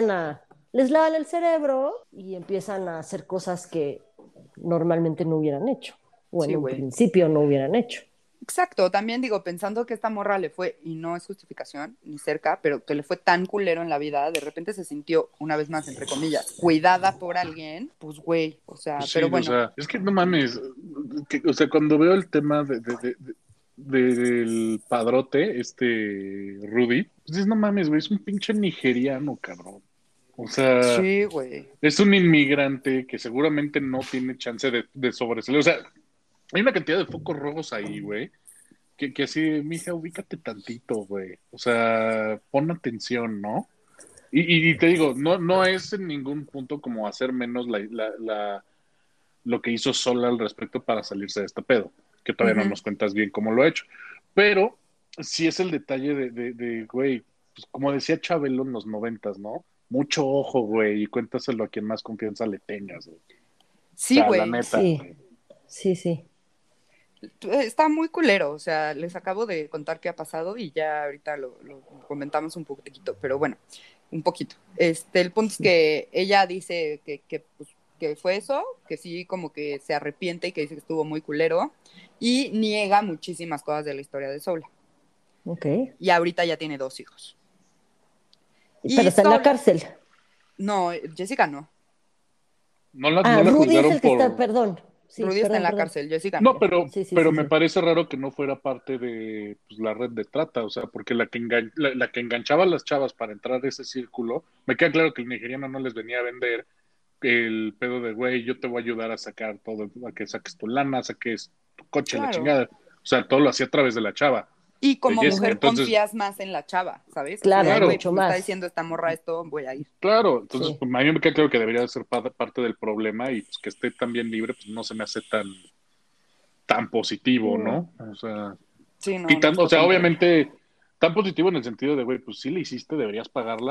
[SPEAKER 2] les lavan el cerebro y empiezan a hacer cosas que normalmente no hubieran hecho, o
[SPEAKER 3] Sí,
[SPEAKER 2] en un
[SPEAKER 3] güey.
[SPEAKER 2] principio no hubieran hecho.
[SPEAKER 3] Exacto, también digo, pensando que esta morra le fue, y no es justificación ni cerca, pero que le fue tan culero en la vida, de repente se sintió, una vez más, entre comillas, cuidada por alguien, pues güey, o sea,
[SPEAKER 1] Pues
[SPEAKER 3] pero
[SPEAKER 1] sí, o
[SPEAKER 3] bueno,
[SPEAKER 1] sea, es que no mames. O sea, cuando veo el tema del padrote, Rudy, pues dices, no mames, güey, es un pinche nigeriano, cabrón. O sea,
[SPEAKER 3] sí, güey,
[SPEAKER 1] es un inmigrante que seguramente no tiene chance de sobresalir. O sea, hay una cantidad de focos rojos ahí, güey, que así, mija, ubícate tantito, güey. O sea, pon atención, ¿no? Y te digo, no es en ningún punto como hacer menos lo que hizo Sola al respecto para salirse de este pedo, que todavía no
[SPEAKER 3] ujú.
[SPEAKER 1] nos cuentas bien cómo lo ha hecho. Pero sí es el detalle güey, pues como decía Chabelo en los 90, ¿no? Mucho ojo, güey, y cuéntaselo a quien más confianza le tengas, güey. O
[SPEAKER 3] Sí,
[SPEAKER 1] sea, la
[SPEAKER 3] güey,
[SPEAKER 1] neta,
[SPEAKER 2] Sí,
[SPEAKER 1] güey.
[SPEAKER 2] sí, sí.
[SPEAKER 3] está muy culero, o sea, les acabo de contar qué ha pasado y ya ahorita lo comentamos un poquito, pero bueno, un poquito. El punto es que ella dice pues, que fue eso, que sí como que se arrepiente y que dice que estuvo muy culero y niega muchísimas cosas de la historia de Sola.
[SPEAKER 2] Ok.
[SPEAKER 3] Y ahorita ya tiene 2 hijos.
[SPEAKER 2] Pero
[SPEAKER 3] Y
[SPEAKER 2] está en la
[SPEAKER 3] Sola,
[SPEAKER 2] cárcel.
[SPEAKER 3] no, Jessica no.
[SPEAKER 1] No
[SPEAKER 2] Ah,
[SPEAKER 1] la
[SPEAKER 2] Rudy es el
[SPEAKER 1] juzgaron
[SPEAKER 2] que está,
[SPEAKER 1] por.
[SPEAKER 2] perdón. Sí,
[SPEAKER 3] Rudy está en
[SPEAKER 2] perdón,
[SPEAKER 3] la
[SPEAKER 2] perdón.
[SPEAKER 3] cárcel, Jessica
[SPEAKER 1] No,
[SPEAKER 3] no.
[SPEAKER 2] Sí, sí,
[SPEAKER 1] pero
[SPEAKER 2] sí,
[SPEAKER 1] me
[SPEAKER 2] sí.
[SPEAKER 1] parece raro que no fuera parte de pues, la red de trata, o sea, porque la que enganchaba a las chavas para entrar a ese círculo, me queda claro que el nigeriano no les venía a vender el pedo de, güey, yo te voy a ayudar a sacar todo, a que saques tu lana, saques tu coche, la
[SPEAKER 3] Claro.
[SPEAKER 1] chingada. O sea, todo lo hacía a través de la chava,
[SPEAKER 3] Y
[SPEAKER 1] de
[SPEAKER 3] como
[SPEAKER 1] Jessica.
[SPEAKER 3] mujer
[SPEAKER 1] Entonces,
[SPEAKER 3] confías más en la chava, ¿sabes? Así de,
[SPEAKER 2] Claro,
[SPEAKER 3] ay, güey,
[SPEAKER 1] claro,
[SPEAKER 3] pues
[SPEAKER 2] mucho
[SPEAKER 3] me está
[SPEAKER 2] más.
[SPEAKER 3] diciendo esta morra esto, voy a ir.
[SPEAKER 1] claro. Entonces,
[SPEAKER 2] Sí.
[SPEAKER 1] pues, a mí me queda claro que debería ser parte del problema y pues que esté también libre, pues no se me hace tan positivo,
[SPEAKER 2] No.
[SPEAKER 1] ¿no? O sea,
[SPEAKER 3] Sí, no, no
[SPEAKER 1] quitando, o
[SPEAKER 3] está
[SPEAKER 1] sea,
[SPEAKER 3] tan padre.
[SPEAKER 1] obviamente, tan positivo en el sentido de, güey, pues sí le hiciste, deberías pagarla,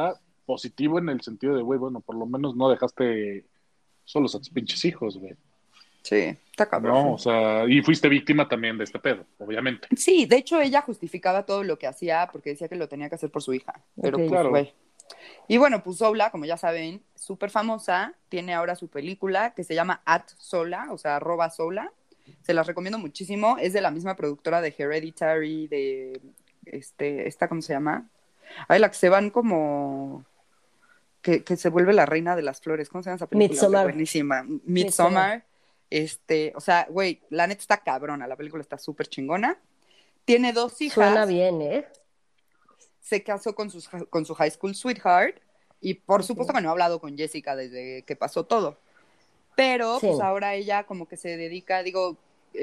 [SPEAKER 1] positivo en el sentido de, güey, bueno, por lo menos no dejaste solos a tus pinches hijos, güey.
[SPEAKER 3] Sí, está cabrón.
[SPEAKER 1] No, o sea, y fuiste víctima también de este pedo, obviamente.
[SPEAKER 3] Sí, de hecho ella justificaba todo lo que hacía porque decía que lo tenía que hacer por su hija, pero
[SPEAKER 2] Ok.
[SPEAKER 3] pues,
[SPEAKER 1] Claro.
[SPEAKER 3] güey. Y bueno, pues Sola, como ya saben, súper famosa, tiene ahora su película que se llama @Sola, o sea, @Sola. Se las recomiendo muchísimo, es de la misma productora de Hereditary, de, esta, ¿cómo se llama? Ay, la que se van como, que se vuelve la reina de las flores, ¿cómo se llama esa película?
[SPEAKER 2] Midsommar.
[SPEAKER 3] Buenísima.
[SPEAKER 2] Midsommar.
[SPEAKER 3] Midsommar. O sea, güey, la neta está cabrona, la película está súper chingona. Tiene 2 hijas.
[SPEAKER 2] Suena bien, ¿eh?
[SPEAKER 3] Se casó con su high school sweetheart y por
[SPEAKER 2] Ok.
[SPEAKER 3] supuesto que no ha hablado con Jessica desde que pasó todo. Pero
[SPEAKER 2] Sí.
[SPEAKER 3] pues ahora ella como que se dedica, digo,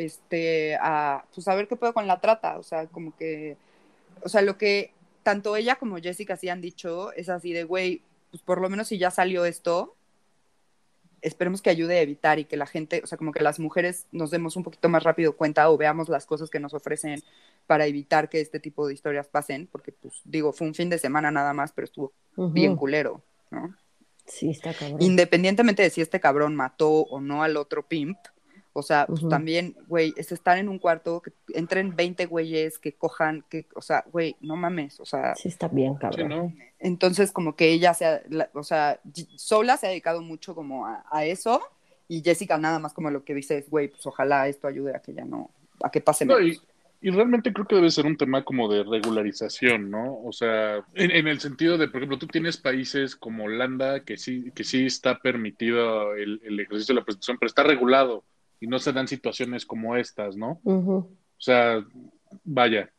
[SPEAKER 3] a pues a ver qué puedo con la trata, o sea, como que, o sea, lo que tanto ella como Jessica sí han dicho es así de, güey, pues por lo menos si ya salió esto, esperemos que ayude a evitar y que la gente, o sea, como que las mujeres nos demos un poquito más rápido cuenta o veamos las cosas que nos ofrecen para evitar que este tipo de historias pasen, porque pues digo, fue un fin de semana nada más, pero estuvo bien culero, ¿no?
[SPEAKER 2] Sí, está cabrón.
[SPEAKER 3] Independientemente de si este cabrón mató o no al otro pimp, o sea, pues también, güey, es estar en un cuarto, que entren 20 güeyes, que cojan, que, o sea, güey, no mames, o sea.
[SPEAKER 2] Sí, está bien,
[SPEAKER 1] Sí,
[SPEAKER 2] cabrón.
[SPEAKER 1] ¿no?
[SPEAKER 3] Entonces, como que ella o sea, Sola se ha dedicado mucho como a eso, y Jessica nada más como lo que dice es, güey, pues ojalá esto ayude a que ya no, a que pase
[SPEAKER 1] No,
[SPEAKER 3] menos.
[SPEAKER 1] y realmente creo que debe ser un tema como de regularización, ¿no? O sea, en el sentido de, por ejemplo, tú tienes países como Holanda que sí está permitido el ejercicio de la prostitución, pero está regulado y no se dan situaciones como estas, ¿no?
[SPEAKER 2] Ujú.
[SPEAKER 1] O sea, vaya,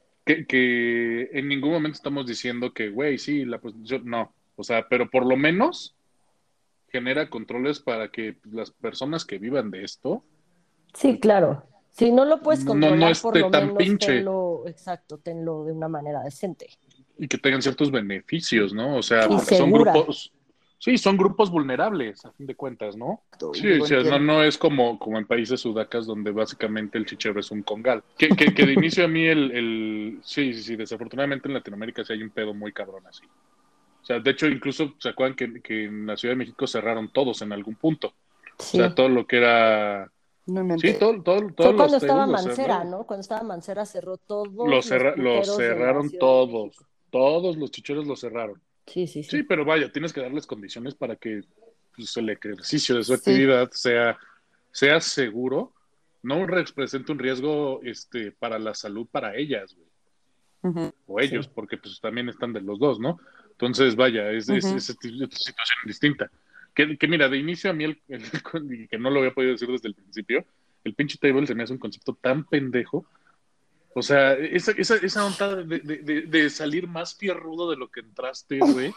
[SPEAKER 1] que en ningún momento estamos diciendo que, güey, sí, la prostitución, no. O sea, pero por lo menos genera controles para que las personas que vivan de esto,
[SPEAKER 2] Sí, claro. Si no lo puedes
[SPEAKER 1] no
[SPEAKER 2] controlar, por
[SPEAKER 1] esté
[SPEAKER 2] lo
[SPEAKER 1] tan
[SPEAKER 2] menos
[SPEAKER 1] pinche
[SPEAKER 2] tenlo de una manera decente.
[SPEAKER 1] y que tengan ciertos beneficios, ¿no? O sea,
[SPEAKER 2] Y
[SPEAKER 1] porque son
[SPEAKER 2] segura.
[SPEAKER 1] grupos, sí, son grupos vulnerables, a fin de cuentas, ¿no? Sí, o
[SPEAKER 3] Digo,
[SPEAKER 1] sea,
[SPEAKER 3] entiendo.
[SPEAKER 1] no es como en países sudacas donde básicamente el chichero es un congal. Que de inicio a mí sí, desafortunadamente en Latinoamérica sí hay un pedo muy cabrón así. O sea, de hecho, incluso se acuerdan que en la Ciudad de México cerraron todos en algún punto. O sea,
[SPEAKER 2] Sí.
[SPEAKER 1] todo lo que era,
[SPEAKER 3] No
[SPEAKER 1] sí,
[SPEAKER 3] mente.
[SPEAKER 1] todos
[SPEAKER 2] Fue cuando
[SPEAKER 1] los
[SPEAKER 2] estaba
[SPEAKER 1] tables los
[SPEAKER 2] Mancera,
[SPEAKER 1] cerraron.
[SPEAKER 2] ¿no? Cuando estaba Mancera cerró todos los
[SPEAKER 1] Los
[SPEAKER 2] puteros de la
[SPEAKER 1] cerraron
[SPEAKER 2] Ciudad de México.
[SPEAKER 1] todos los chicheros los cerraron.
[SPEAKER 2] Sí, sí,
[SPEAKER 1] Sí,
[SPEAKER 2] sí.
[SPEAKER 1] pero vaya, tienes que darles condiciones para que pues, el ejercicio de su
[SPEAKER 3] Sí.
[SPEAKER 1] actividad sea seguro, no represente un riesgo para la salud para ellas, güey,
[SPEAKER 3] Ujú.
[SPEAKER 1] o ellos,
[SPEAKER 2] Sí.
[SPEAKER 1] porque pues también están de los dos, ¿no? Entonces, vaya, es
[SPEAKER 3] Ujú.
[SPEAKER 1] situación distinta. Que mira, de inicio a mí, y que no lo había podido decir desde el principio, el pinche table se me hace un concepto tan pendejo. O sea, esa onda de salir más fierrudo de lo que entraste, güey.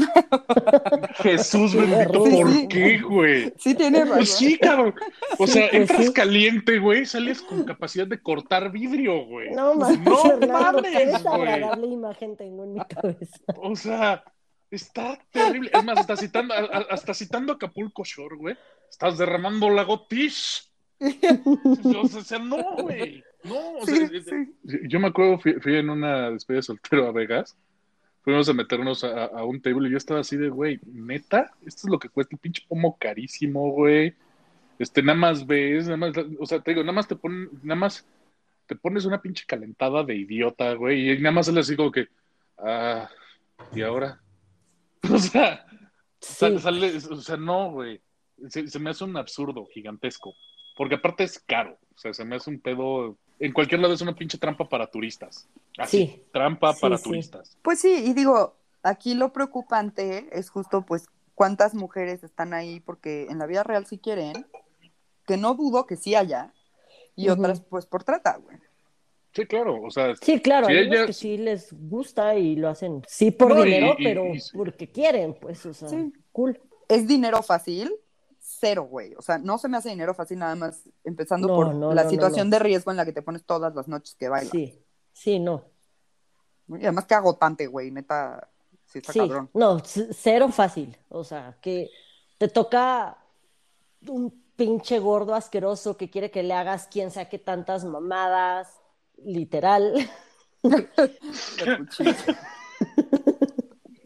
[SPEAKER 1] Jesús bendito,
[SPEAKER 3] Sí,
[SPEAKER 2] Fierrudo.
[SPEAKER 1] ¿por
[SPEAKER 3] sí.
[SPEAKER 1] qué, güey?
[SPEAKER 3] Sí tienes
[SPEAKER 1] Pues
[SPEAKER 3] razón.
[SPEAKER 1] sí, cabrón. O
[SPEAKER 2] Sí,
[SPEAKER 1] sea,
[SPEAKER 2] pues
[SPEAKER 1] entras
[SPEAKER 2] sí.
[SPEAKER 1] caliente, güey, sales con capacidad de cortar vidrio, güey.
[SPEAKER 2] No mames,
[SPEAKER 1] No
[SPEAKER 2] Fernando, qué
[SPEAKER 1] mames, güey.
[SPEAKER 2] desagradable imagen tengo en mi cabeza.
[SPEAKER 1] O sea, está terrible. Es más, hasta citando Acapulco Shore, güey. Estás derramando lago Tish. O sea, no, güey. No, o sea,
[SPEAKER 3] Sí, sí.
[SPEAKER 1] yo me acuerdo, fui en una despedida de soltero a Vegas. Fuimos a meternos a un table y yo estaba así de, güey, neta, esto es lo que cuesta el pinche pomo carísimo, güey. Nada más ves, nada más, o sea, te digo, nada más te pones una pinche calentada de idiota, güey, y nada más sale así como que, ah, ¿y ahora? O sea,
[SPEAKER 2] Sí,
[SPEAKER 1] o sea, no, güey. Se me hace un absurdo gigantesco. Porque aparte es caro. O sea, se me hace un pedo. En cualquier lado es una pinche trampa para turistas. Así,
[SPEAKER 2] sí,
[SPEAKER 1] trampa
[SPEAKER 2] sí,
[SPEAKER 1] para
[SPEAKER 2] sí.
[SPEAKER 1] turistas.
[SPEAKER 3] Pues sí, y digo, aquí lo preocupante es justo pues cuántas mujeres están ahí porque en la vida real sí quieren, que no dudo que sí haya, y otras
[SPEAKER 2] Ujú.
[SPEAKER 3] pues por trata, güey.
[SPEAKER 1] Sí, claro. O sea,
[SPEAKER 2] Sí, claro,
[SPEAKER 1] si
[SPEAKER 2] hay unos que
[SPEAKER 1] ellas.
[SPEAKER 2] sí les gusta y lo hacen, sí por
[SPEAKER 1] No,
[SPEAKER 2] dinero, pero porque quieren, pues, o sea,
[SPEAKER 3] Sí.
[SPEAKER 2] cool.
[SPEAKER 3] ¿Es dinero fácil? Cero, güey. O sea, no se me hace dinero fácil nada más empezando
[SPEAKER 2] No,
[SPEAKER 3] por
[SPEAKER 2] no,
[SPEAKER 3] la
[SPEAKER 2] no, no,
[SPEAKER 3] situación
[SPEAKER 2] no.
[SPEAKER 3] de riesgo en la que te pones todas las noches que bailas.
[SPEAKER 2] Sí, sí, no.
[SPEAKER 3] Y además que agotante, güey, neta, sí está
[SPEAKER 2] Sí,
[SPEAKER 3] cabrón.
[SPEAKER 2] no, cero fácil. O sea, que te toca un pinche gordo asqueroso que quiere que le hagas quién sabe tantas mamadas, literal.
[SPEAKER 3] La cuchilla.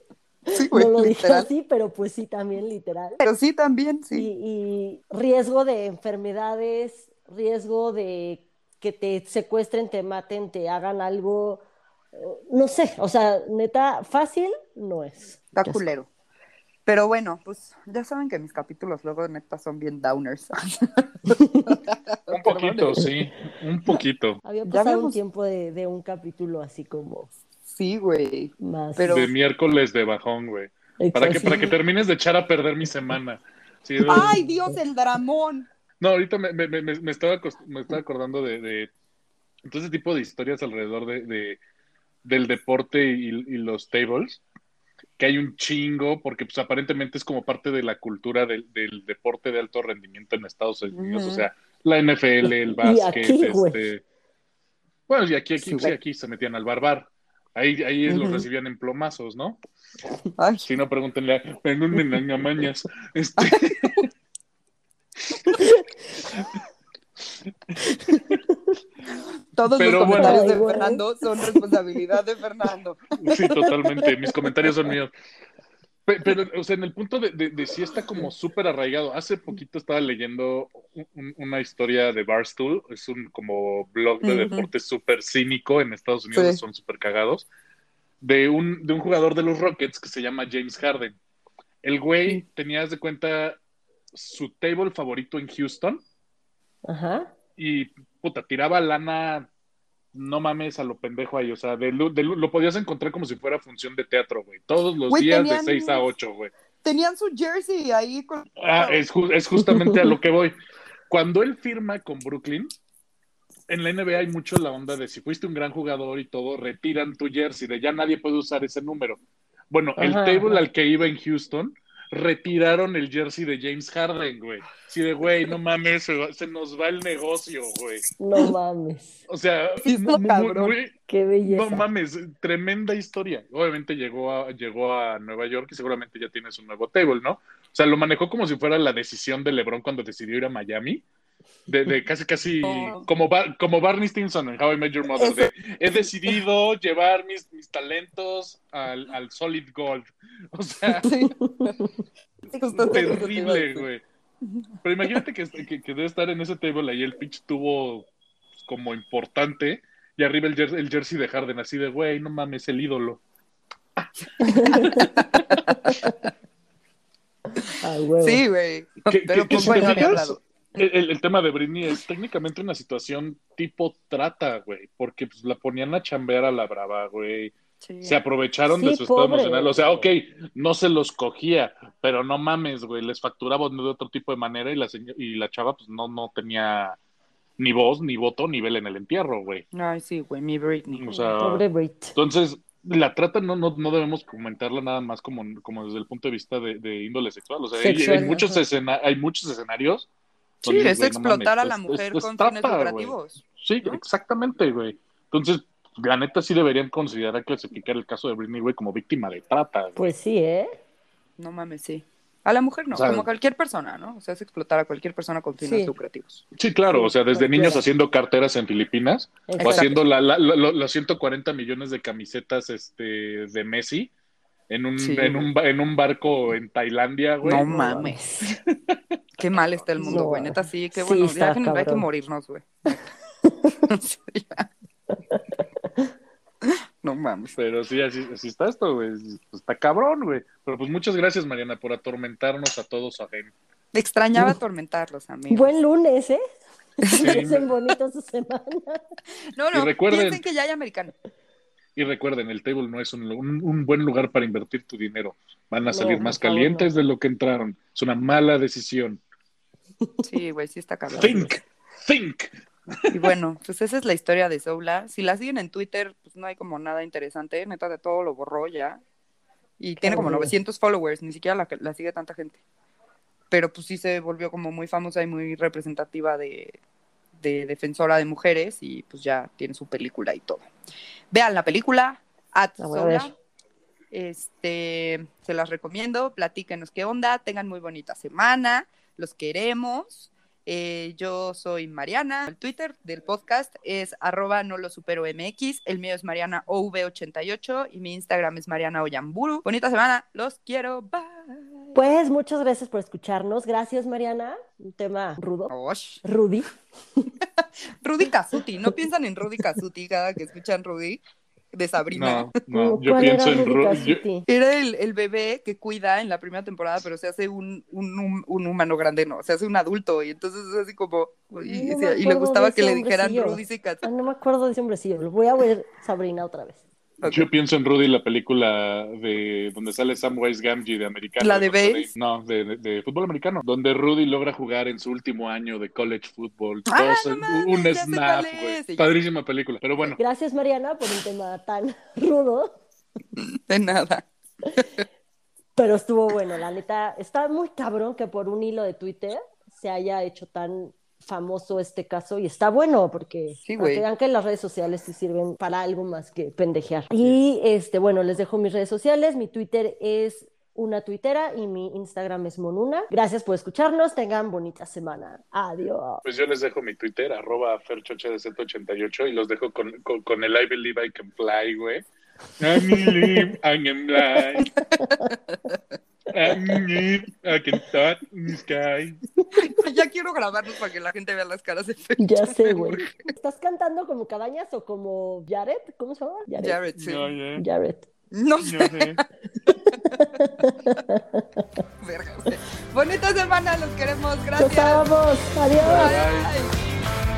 [SPEAKER 3] Sí, güey,
[SPEAKER 2] No lo dije
[SPEAKER 3] literal.
[SPEAKER 2] así, pero pues sí, también literal.
[SPEAKER 3] Pero sí, también, sí.
[SPEAKER 2] Y riesgo de enfermedades, riesgo de que te secuestren, te maten, te hagan algo, no sé, o sea, neta, fácil no es.
[SPEAKER 3] Está
[SPEAKER 2] Qué asco.
[SPEAKER 3] culero. Pero bueno, pues ya saben que mis capítulos luego neta son bien downers.
[SPEAKER 1] Un
[SPEAKER 3] Perdón.
[SPEAKER 1] poquito, sí, un poquito.
[SPEAKER 2] Había
[SPEAKER 3] Ya
[SPEAKER 2] pasado un
[SPEAKER 3] habíamos.
[SPEAKER 2] tiempo de un capítulo así como
[SPEAKER 3] Sí, güey.
[SPEAKER 1] De
[SPEAKER 3] Pero.
[SPEAKER 2] más
[SPEAKER 1] miércoles de bajón, güey. Para que
[SPEAKER 2] exacto.
[SPEAKER 3] Sí.
[SPEAKER 1] termines de echar a perder mi semana. Sí,
[SPEAKER 3] ¡Ay, Dios, el dramón!
[SPEAKER 1] no, ahorita me estaba acordando de todo ese tipo de historias alrededor del deporte y los tables, que hay un chingo, porque pues aparentemente es como parte de la cultura del deporte de alto rendimiento en Estados Unidos, o
[SPEAKER 3] Ujú.
[SPEAKER 1] sea, la NFL, el
[SPEAKER 2] Y
[SPEAKER 1] básquet,
[SPEAKER 2] aquí, güey.
[SPEAKER 1] bueno, y aquí,
[SPEAKER 3] Sí,
[SPEAKER 1] sí,
[SPEAKER 3] güey.
[SPEAKER 1] aquí se metían al barbar. Ahí los
[SPEAKER 3] Ujú.
[SPEAKER 1] recibían en plomazos, ¿no?
[SPEAKER 3] Ay,
[SPEAKER 1] Si no, pregúntenle en un menangamañas.
[SPEAKER 3] todos los
[SPEAKER 1] Pero bueno,
[SPEAKER 3] comentarios
[SPEAKER 2] Ay,
[SPEAKER 3] de
[SPEAKER 2] güey.
[SPEAKER 3] Fernando son responsabilidad de Fernando.
[SPEAKER 1] sí, totalmente. Mis comentarios son míos. Pero, o sea, en el punto de sí está como súper arraigado. Hace poquito estaba leyendo una historia de Barstool, es un como blog de
[SPEAKER 3] Ujú.
[SPEAKER 1] deporte súper cínico en Estados Unidos,
[SPEAKER 3] Sí.
[SPEAKER 1] son súper cagados, de un jugador de los Rockets que se llama James Harden. El
[SPEAKER 3] Mm.
[SPEAKER 1] güey tenía, haz de cuenta, su table favorito en Houston
[SPEAKER 2] Ajá.
[SPEAKER 1] y, puta, tiraba lana, no mames a lo pendejo ahí, o sea, lo podías encontrar como si fuera función de teatro, güey, todos los
[SPEAKER 3] Güey,
[SPEAKER 1] días de 6 a 8, güey.
[SPEAKER 3] tenían su jersey ahí
[SPEAKER 1] Ah,
[SPEAKER 3] colgado.
[SPEAKER 1] es justamente a lo que voy. Cuando él firma con Brooklyn, en la NBA hay mucho la onda de si fuiste un gran jugador y todo, retiran tu jersey, de ya nadie puede usar ese número. Bueno, el
[SPEAKER 2] Ajá,
[SPEAKER 1] table
[SPEAKER 2] ajá.
[SPEAKER 1] al que iba en Houston, retiraron el jersey de James Harden, güey. Sí, de güey, no mames, se nos va el negocio, güey.
[SPEAKER 2] No mames.
[SPEAKER 1] O sea,
[SPEAKER 3] Sí, está cabrón.
[SPEAKER 2] Qué
[SPEAKER 1] no
[SPEAKER 2] belleza.
[SPEAKER 1] mames, tremenda historia. Obviamente llegó a Nueva York y seguramente ya tiene su nuevo table, ¿no? O sea, lo manejó como si fuera la decisión de LeBron cuando decidió ir a Miami, de casi
[SPEAKER 3] No.
[SPEAKER 1] como Barney Stinson en How I Met Your Mother,
[SPEAKER 3] Eso.
[SPEAKER 1] de he decidido llevar mis talentos al Solid Gold. O sea,
[SPEAKER 3] Sí, justo eso te iba a
[SPEAKER 1] terrible,
[SPEAKER 3] decir.
[SPEAKER 1] güey. Pero imagínate que debe estar en ese table ahí el pitch tuvo pues, como importante y arriba el jersey de Harden, así de, güey, no mames, el ídolo.
[SPEAKER 2] Ay, huevo.
[SPEAKER 3] Sí, güey. Pero
[SPEAKER 1] Que
[SPEAKER 3] pues
[SPEAKER 1] si te
[SPEAKER 3] bueno, había
[SPEAKER 1] fijas,
[SPEAKER 3] hablado.
[SPEAKER 1] el tema de Britney es técnicamente una situación tipo trata, güey, porque pues la ponían a chambear a la brava, güey. Se
[SPEAKER 3] Sí.
[SPEAKER 1] aprovecharon de
[SPEAKER 2] Sí,
[SPEAKER 1] su estado emocional. O
[SPEAKER 2] pobre.
[SPEAKER 1] sea, ok, no se los cogía, pero no mames, güey, les facturaba de otro tipo de manera y la chava pues no tenía ni voz, ni voto, ni vela en el entierro, güey.
[SPEAKER 3] Ay, sí, güey, mi Britney.
[SPEAKER 1] O sea,
[SPEAKER 2] Pobre Brit.
[SPEAKER 1] entonces, la trata no debemos comentarla nada más como desde el punto de vista de índole sexual. O sea,
[SPEAKER 2] Sexual, ajá.
[SPEAKER 1] hay muchos escenarios
[SPEAKER 3] Sí,
[SPEAKER 1] donde dices,
[SPEAKER 3] es
[SPEAKER 1] güey, no mames,
[SPEAKER 3] explotar a la
[SPEAKER 1] esto
[SPEAKER 3] mujer
[SPEAKER 1] es
[SPEAKER 3] con fines
[SPEAKER 1] trata, güey.
[SPEAKER 3] lucrativos,
[SPEAKER 1] Sí,
[SPEAKER 3] ¿no?
[SPEAKER 1] exactamente, güey. Entonces, la neta sí deberían considerar clasificar el caso de Britney, güey, como víctima de trata, güey.
[SPEAKER 2] Pues sí, ¿eh?
[SPEAKER 3] No mames, sí. A la mujer
[SPEAKER 1] O
[SPEAKER 3] no, como
[SPEAKER 1] sea,
[SPEAKER 3] cualquier persona, ¿no? O sea, es explotar a cualquier persona con fines
[SPEAKER 2] Sí,
[SPEAKER 3] lucrativos.
[SPEAKER 1] sí, claro, o
[SPEAKER 2] sí,
[SPEAKER 1] sea, desde niños
[SPEAKER 2] cualquiera.
[SPEAKER 1] haciendo carteras en Filipinas o
[SPEAKER 2] Exacto.
[SPEAKER 1] haciendo los 140 millones de camisetas de Messi
[SPEAKER 3] Sí, güey.
[SPEAKER 1] en un barco en Tailandia,
[SPEAKER 3] No
[SPEAKER 1] güey. No mames.
[SPEAKER 3] mames. Qué mal está el mundo, güey.
[SPEAKER 2] No,
[SPEAKER 3] Neta, sí, qué
[SPEAKER 2] sí
[SPEAKER 3] bueno. Ya
[SPEAKER 2] está
[SPEAKER 3] que hay que
[SPEAKER 2] cabrón.
[SPEAKER 3] morirnos, güey. Neta. Sí, ya. No mames.
[SPEAKER 1] Pero sí, así está esto, güey. Está cabrón, güey. Pero pues muchas gracias, Mariana, por atormentarnos a todos, a Gen.
[SPEAKER 3] Extrañaba atormentarlos,
[SPEAKER 2] Buen
[SPEAKER 3] amigos.
[SPEAKER 2] lunes, ¿eh?
[SPEAKER 1] Sí,
[SPEAKER 2] Empiecen bonito su semana.
[SPEAKER 3] No,
[SPEAKER 1] y
[SPEAKER 3] no, piensen
[SPEAKER 1] recuerden,
[SPEAKER 3] que ya hay americano.
[SPEAKER 1] el table no es un buen lugar para invertir tu dinero. Van a
[SPEAKER 2] No,
[SPEAKER 1] salir
[SPEAKER 2] por
[SPEAKER 1] más
[SPEAKER 2] favor,
[SPEAKER 1] calientes
[SPEAKER 2] no.
[SPEAKER 1] de lo que entraron. Es una mala decisión.
[SPEAKER 3] Sí, güey, sí está cabrón.
[SPEAKER 1] Think, think.
[SPEAKER 3] Y bueno, pues esa es la historia de Soula. Si la siguen en Twitter, pues no hay como nada interesante. Neta, de todo lo borró ya. Y
[SPEAKER 2] Qué
[SPEAKER 3] tiene como
[SPEAKER 2] aburrido.
[SPEAKER 3] 900 followers, ni siquiera la sigue tanta gente. Pero pues sí se volvió como muy famosa y muy representativa de defensora de mujeres y pues ya tiene su película y todo. Vean la película, At
[SPEAKER 2] La voy a ver.
[SPEAKER 3] Soula. Se las recomiendo, platíquenos qué onda, tengan muy bonita semana, los queremos. Yo soy Mariana. El Twitter del podcast es @nolosuperomx. El mío es MarianaOV88 y mi Instagram es Mariana Oyamburu. Bonita semana. Los quiero. Bye.
[SPEAKER 2] Pues muchas gracias por escucharnos. Gracias, Mariana. Un tema rudo.
[SPEAKER 3] Osh.
[SPEAKER 2] Rudy.
[SPEAKER 3] Rudy Kazuti. ¿No piensan en Rudy Kazuti cada que escuchan Rudy? De Sabrina.
[SPEAKER 1] No, yo
[SPEAKER 2] ¿Cuál era
[SPEAKER 1] pienso en
[SPEAKER 2] Rudy
[SPEAKER 1] Rudy.
[SPEAKER 2] Kazuti?
[SPEAKER 3] Era el bebé que cuida en la primera temporada, pero se hace un humano grande, no, se hace un adulto, y entonces es así como,
[SPEAKER 2] Ay,
[SPEAKER 3] y
[SPEAKER 2] no me
[SPEAKER 3] le
[SPEAKER 2] acuerdo
[SPEAKER 3] gustaba
[SPEAKER 2] de
[SPEAKER 3] que
[SPEAKER 2] ese
[SPEAKER 3] le dijeran
[SPEAKER 2] hombrecillo.
[SPEAKER 3] Rudy Kazuti.
[SPEAKER 2] Ay, no me acuerdo de ese hombrecillo. Lo voy a ver Sabrina otra vez.
[SPEAKER 3] Ok.
[SPEAKER 1] Yo pienso en Rudy, la película de donde sale Samwise Gamgee de americano.
[SPEAKER 3] ¿La de
[SPEAKER 1] Notre
[SPEAKER 3] base?
[SPEAKER 1] Dame. No, de fútbol americano, donde Rudy logra jugar en su último año de college football.
[SPEAKER 3] Ah,
[SPEAKER 1] Dos-
[SPEAKER 3] no mames,
[SPEAKER 1] un
[SPEAKER 3] ya sé
[SPEAKER 1] snap,
[SPEAKER 3] cuál es.
[SPEAKER 1] güey.
[SPEAKER 3] Sí, ya
[SPEAKER 1] Padrísima película. Pero bueno,
[SPEAKER 2] Gracias, Mariana, por un tema tan rudo.
[SPEAKER 3] De nada.
[SPEAKER 2] Pero estuvo bueno, la neta. Está muy cabrón que por un hilo de Twitter se haya hecho tan famoso este caso y está bueno porque
[SPEAKER 3] Sí,
[SPEAKER 2] para que
[SPEAKER 3] güey.
[SPEAKER 2] vean que las redes sociales sí sirven para algo más que pendejear. Y bueno, les dejo mis redes sociales. Mi Twitter es una tuitera y mi Instagram es monuna. Gracias por escucharnos. Tengan bonita semana. Adiós.
[SPEAKER 1] pues yo les dejo mi Twitter, @ferchochz88, y los dejo con el I Believe I Can Fly, güey. I believe I can fly. I believe I can touch the sky.
[SPEAKER 3] Ya quiero grabarnos para que la gente vea las caras de Fercho.
[SPEAKER 2] Ya sé,
[SPEAKER 3] me
[SPEAKER 2] güey.
[SPEAKER 3] urge.
[SPEAKER 2] ¿Estás cantando como Cabañas o como Jared? ¿Cómo se llama?
[SPEAKER 3] Jared, sí.
[SPEAKER 1] No, ya.
[SPEAKER 2] Jared.
[SPEAKER 3] No
[SPEAKER 1] No
[SPEAKER 3] sé,
[SPEAKER 1] sé.
[SPEAKER 3] verga, güey. Bonita semana, los queremos.
[SPEAKER 2] Los
[SPEAKER 3] Gracias.
[SPEAKER 2] amamos. Adiós.
[SPEAKER 3] Bye.